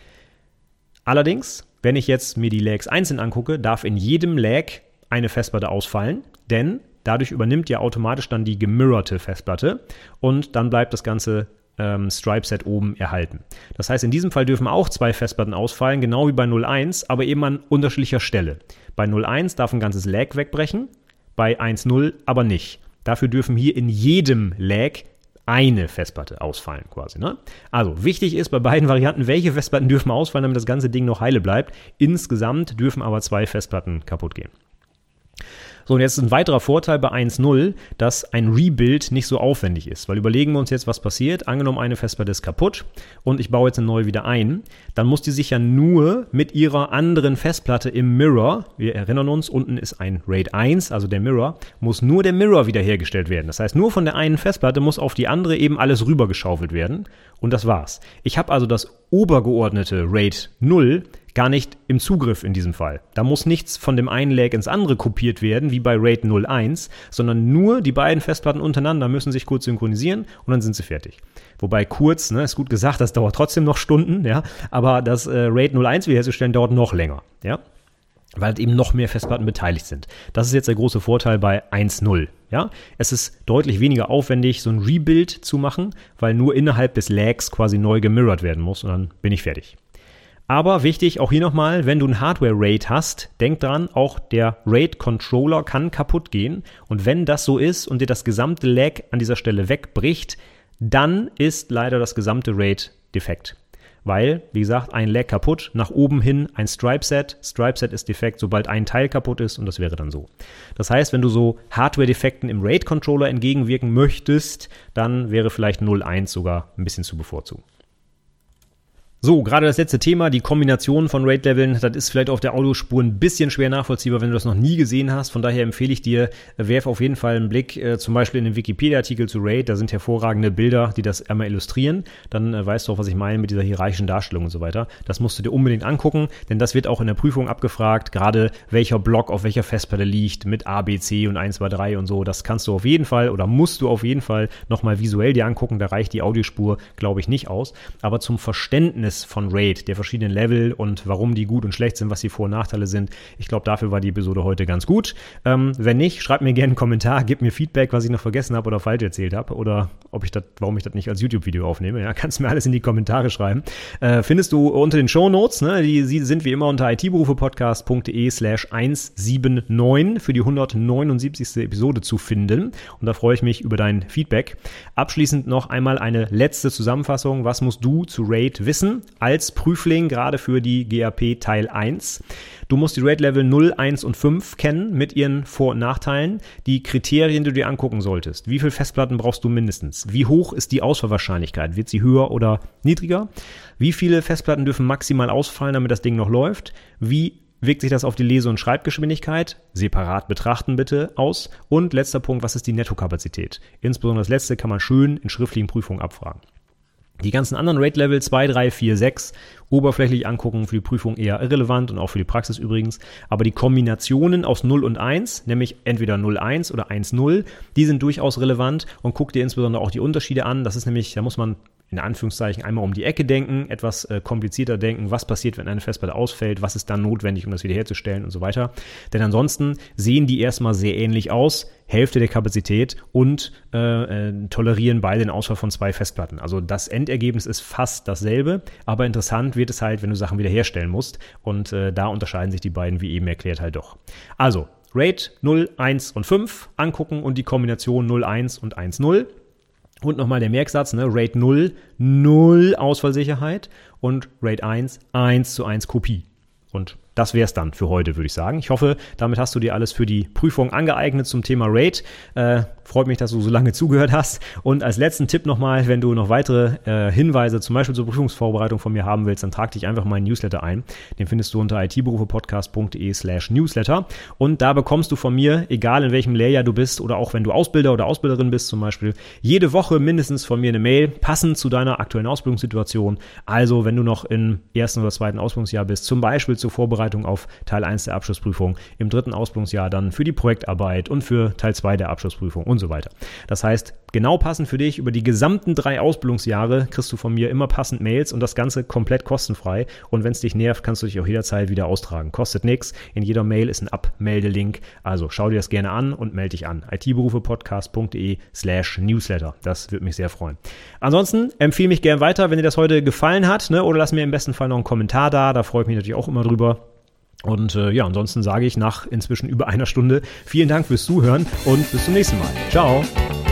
Allerdings, wenn ich jetzt mir die Lags einzeln angucke, darf in jedem Lag eine Festplatte ausfallen, denn dadurch übernimmt ja automatisch dann die gemirrorte Festplatte und dann bleibt das ganze ähm, Stripe-Set oben erhalten. Das heißt, in diesem Fall dürfen auch zwei Festplatten ausfallen, genau wie bei null Punkt eins, aber eben an unterschiedlicher Stelle. Bei null Punkt eins darf ein ganzes Lag wegbrechen, bei eins Punkt null aber nicht. Dafür dürfen hier in jedem Lag eine Festplatte ausfallen quasi. Ne? Also wichtig ist bei beiden Varianten, welche Festplatten dürfen ausfallen, damit das ganze Ding noch heile bleibt. Insgesamt dürfen aber zwei Festplatten kaputt gehen. So, und jetzt ein weiterer Vorteil bei eins Punkt null, dass ein Rebuild nicht so aufwendig ist. Weil überlegen wir uns jetzt, was passiert. Angenommen, eine Festplatte ist kaputt und ich baue jetzt eine neue wieder ein. Dann muss die sich ja nur mit ihrer anderen Festplatte im Mirror, wir erinnern uns, unten ist ein RAID eins, also der Mirror, muss nur der Mirror wiederhergestellt werden. Das heißt, nur von der einen Festplatte muss auf die andere eben alles rübergeschaufelt werden. Und das war's. Ich habe also das obergeordnete RAID null gar nicht im Zugriff in diesem Fall. Da muss nichts von dem einen Lag ins andere kopiert werden, wie bei RAID null Punkt eins, sondern nur die beiden Festplatten untereinander müssen sich kurz synchronisieren und dann sind sie fertig. Wobei kurz, ne, ist gut gesagt, das dauert trotzdem noch Stunden, ja, aber das äh, RAID null Punkt eins wiederherzustellen dauert noch länger, ja, weil halt eben noch mehr Festplatten beteiligt sind. Das ist jetzt der große Vorteil bei eins Punkt null. Ja, es ist deutlich weniger aufwendig, so ein Rebuild zu machen, weil nur innerhalb des Lags quasi neu gemirrored werden muss und dann bin ich fertig. Aber wichtig, auch hier nochmal, wenn du ein Hardware-RAID hast, denk dran, auch der RAID-Controller kann kaputt gehen. Und wenn das so ist und dir das gesamte Lag an dieser Stelle wegbricht, dann ist leider das gesamte RAID defekt. Weil, wie gesagt, ein Lag kaputt, nach oben hin ein Stripe-Set. Stripe-Set ist defekt, sobald ein Teil kaputt ist und das wäre dann so. Das heißt, wenn du so Hardware-Defekten im RAID-Controller entgegenwirken möchtest, dann wäre vielleicht null Punkt eins sogar ein bisschen zu bevorzugen. So, gerade das letzte Thema, die Kombination von RAID-Leveln, das ist vielleicht auf der Audiospur ein bisschen schwer nachvollziehbar, wenn du das noch nie gesehen hast. Von daher empfehle ich dir, werf auf jeden Fall einen Blick, äh, zum Beispiel in den Wikipedia-Artikel zu RAID. Da sind hervorragende Bilder, die das einmal illustrieren. Dann äh, weißt du auch, was ich meine mit dieser hierarchischen Darstellung und so weiter. Das musst du dir unbedingt angucken, denn das wird auch in der Prüfung abgefragt, gerade welcher Block auf welcher Festplatte liegt, mit A, B, C und eins, zwei, drei und so. Das kannst du auf jeden Fall oder musst du auf jeden Fall nochmal visuell dir angucken. Da reicht die Audiospur, glaube ich, nicht aus. Aber zum Verständnis von RAID, der verschiedenen Level und warum die gut und schlecht sind, was die Vor- und Nachteile sind. Ich glaube, dafür war die Episode heute ganz gut. Ähm, wenn nicht, schreib mir gerne einen Kommentar, gib mir Feedback, was ich noch vergessen habe oder falsch erzählt habe oder ob ich das, warum ich das nicht als YouTube-Video aufnehme. Ja, kannst du mir alles in die Kommentare schreiben. Äh, findest du unter den Shownotes, ne, die, die sind wie immer unter itberufepodcast.de slash 179 für die hundertneunundsiebzigste Episode zu finden. Und da freue ich mich über dein Feedback. Abschließend noch einmal eine letzte Zusammenfassung. Was musst du zu RAID wissen als Prüfling, gerade für die G A P Teil eins. Du musst die RAID-Level null, eins und fünf kennen mit ihren Vor- und Nachteilen. Die Kriterien, die du dir angucken solltest. Wie viele Festplatten brauchst du mindestens? Wie hoch ist die Ausfallwahrscheinlichkeit? Wird sie höher oder niedriger? Wie viele Festplatten dürfen maximal ausfallen, damit das Ding noch läuft? Wie wirkt sich das auf die Lese- und Schreibgeschwindigkeit? Separat betrachten bitte aus. Und letzter Punkt, was ist die Nettokapazität? Insbesondere das letzte kann man schön in schriftlichen Prüfungen abfragen. Die ganzen anderen RAID-Level zwei, drei, vier, sechs oberflächlich angucken, für die Prüfung eher irrelevant und auch für die Praxis übrigens. Aber die Kombinationen aus null und eins, nämlich entweder null Punkt eins oder eins Punkt null, die sind durchaus relevant und guck dir insbesondere auch die Unterschiede an. Das ist nämlich, da muss man in Anführungszeichen einmal um die Ecke denken, etwas äh, komplizierter denken, was passiert, wenn eine Festplatte ausfällt, was ist dann notwendig, um das wiederherzustellen und so weiter. Denn ansonsten sehen die erstmal sehr ähnlich aus, Hälfte der Kapazität und äh, äh, tolerieren beide den Ausfall von zwei Festplatten. Also das Endergebnis ist fast dasselbe, aber interessant wird es halt, wenn du Sachen wiederherstellen musst und äh, da unterscheiden sich die beiden, wie eben erklärt, halt doch. Also RAID null, eins und fünf angucken und die Kombination null, eins und eins, null. Und nochmal der Merksatz, ne? Rate null, null Ausfallsicherheit und Rate eins, eins zu eins Kopie. Und das wäre es dann für heute, würde ich sagen. Ich hoffe, damit hast du dir alles für die Prüfung angeeignet zum Thema Rate. Äh, freut mich, dass du so lange zugehört hast. Und als letzten Tipp nochmal, wenn du noch weitere äh, Hinweise zum Beispiel zur Prüfungsvorbereitung von mir haben willst, dann trag dich einfach in meinen Newsletter ein. Den findest du unter itberufepodcast.de slash Newsletter. Und da bekommst du von mir, egal in welchem Lehrjahr du bist oder auch wenn du Ausbilder oder Ausbilderin bist zum Beispiel, jede Woche mindestens von mir eine Mail, passend zu deiner aktuellen Ausbildungssituation. Also wenn du noch im ersten oder zweiten Ausbildungsjahr bist, zum Beispiel zur Vorbereitung auf Teil eins der Abschlussprüfung, im dritten Ausbildungsjahr dann für die Projektarbeit und für Teil zwei der Abschlussprüfung und so weiter. Das heißt, genau passend für dich über die gesamten drei Ausbildungsjahre kriegst du von mir immer passend Mails und das Ganze komplett kostenfrei. Und wenn es dich nervt, kannst du dich auch jederzeit wieder austragen. Kostet nichts. In jeder Mail ist ein Abmeldelink. Also schau dir das gerne an und melde dich an. itberufepodcast.de slash Newsletter. Das würde mich sehr freuen. Ansonsten empfehle mich gerne weiter, wenn dir das heute gefallen hat, ne? Oder lass mir im besten Fall noch einen Kommentar da. Da freue ich mich natürlich auch immer drüber. Und äh, ja, ansonsten sage ich nach inzwischen über einer Stunde vielen Dank fürs Zuhören und bis zum nächsten Mal. Ciao!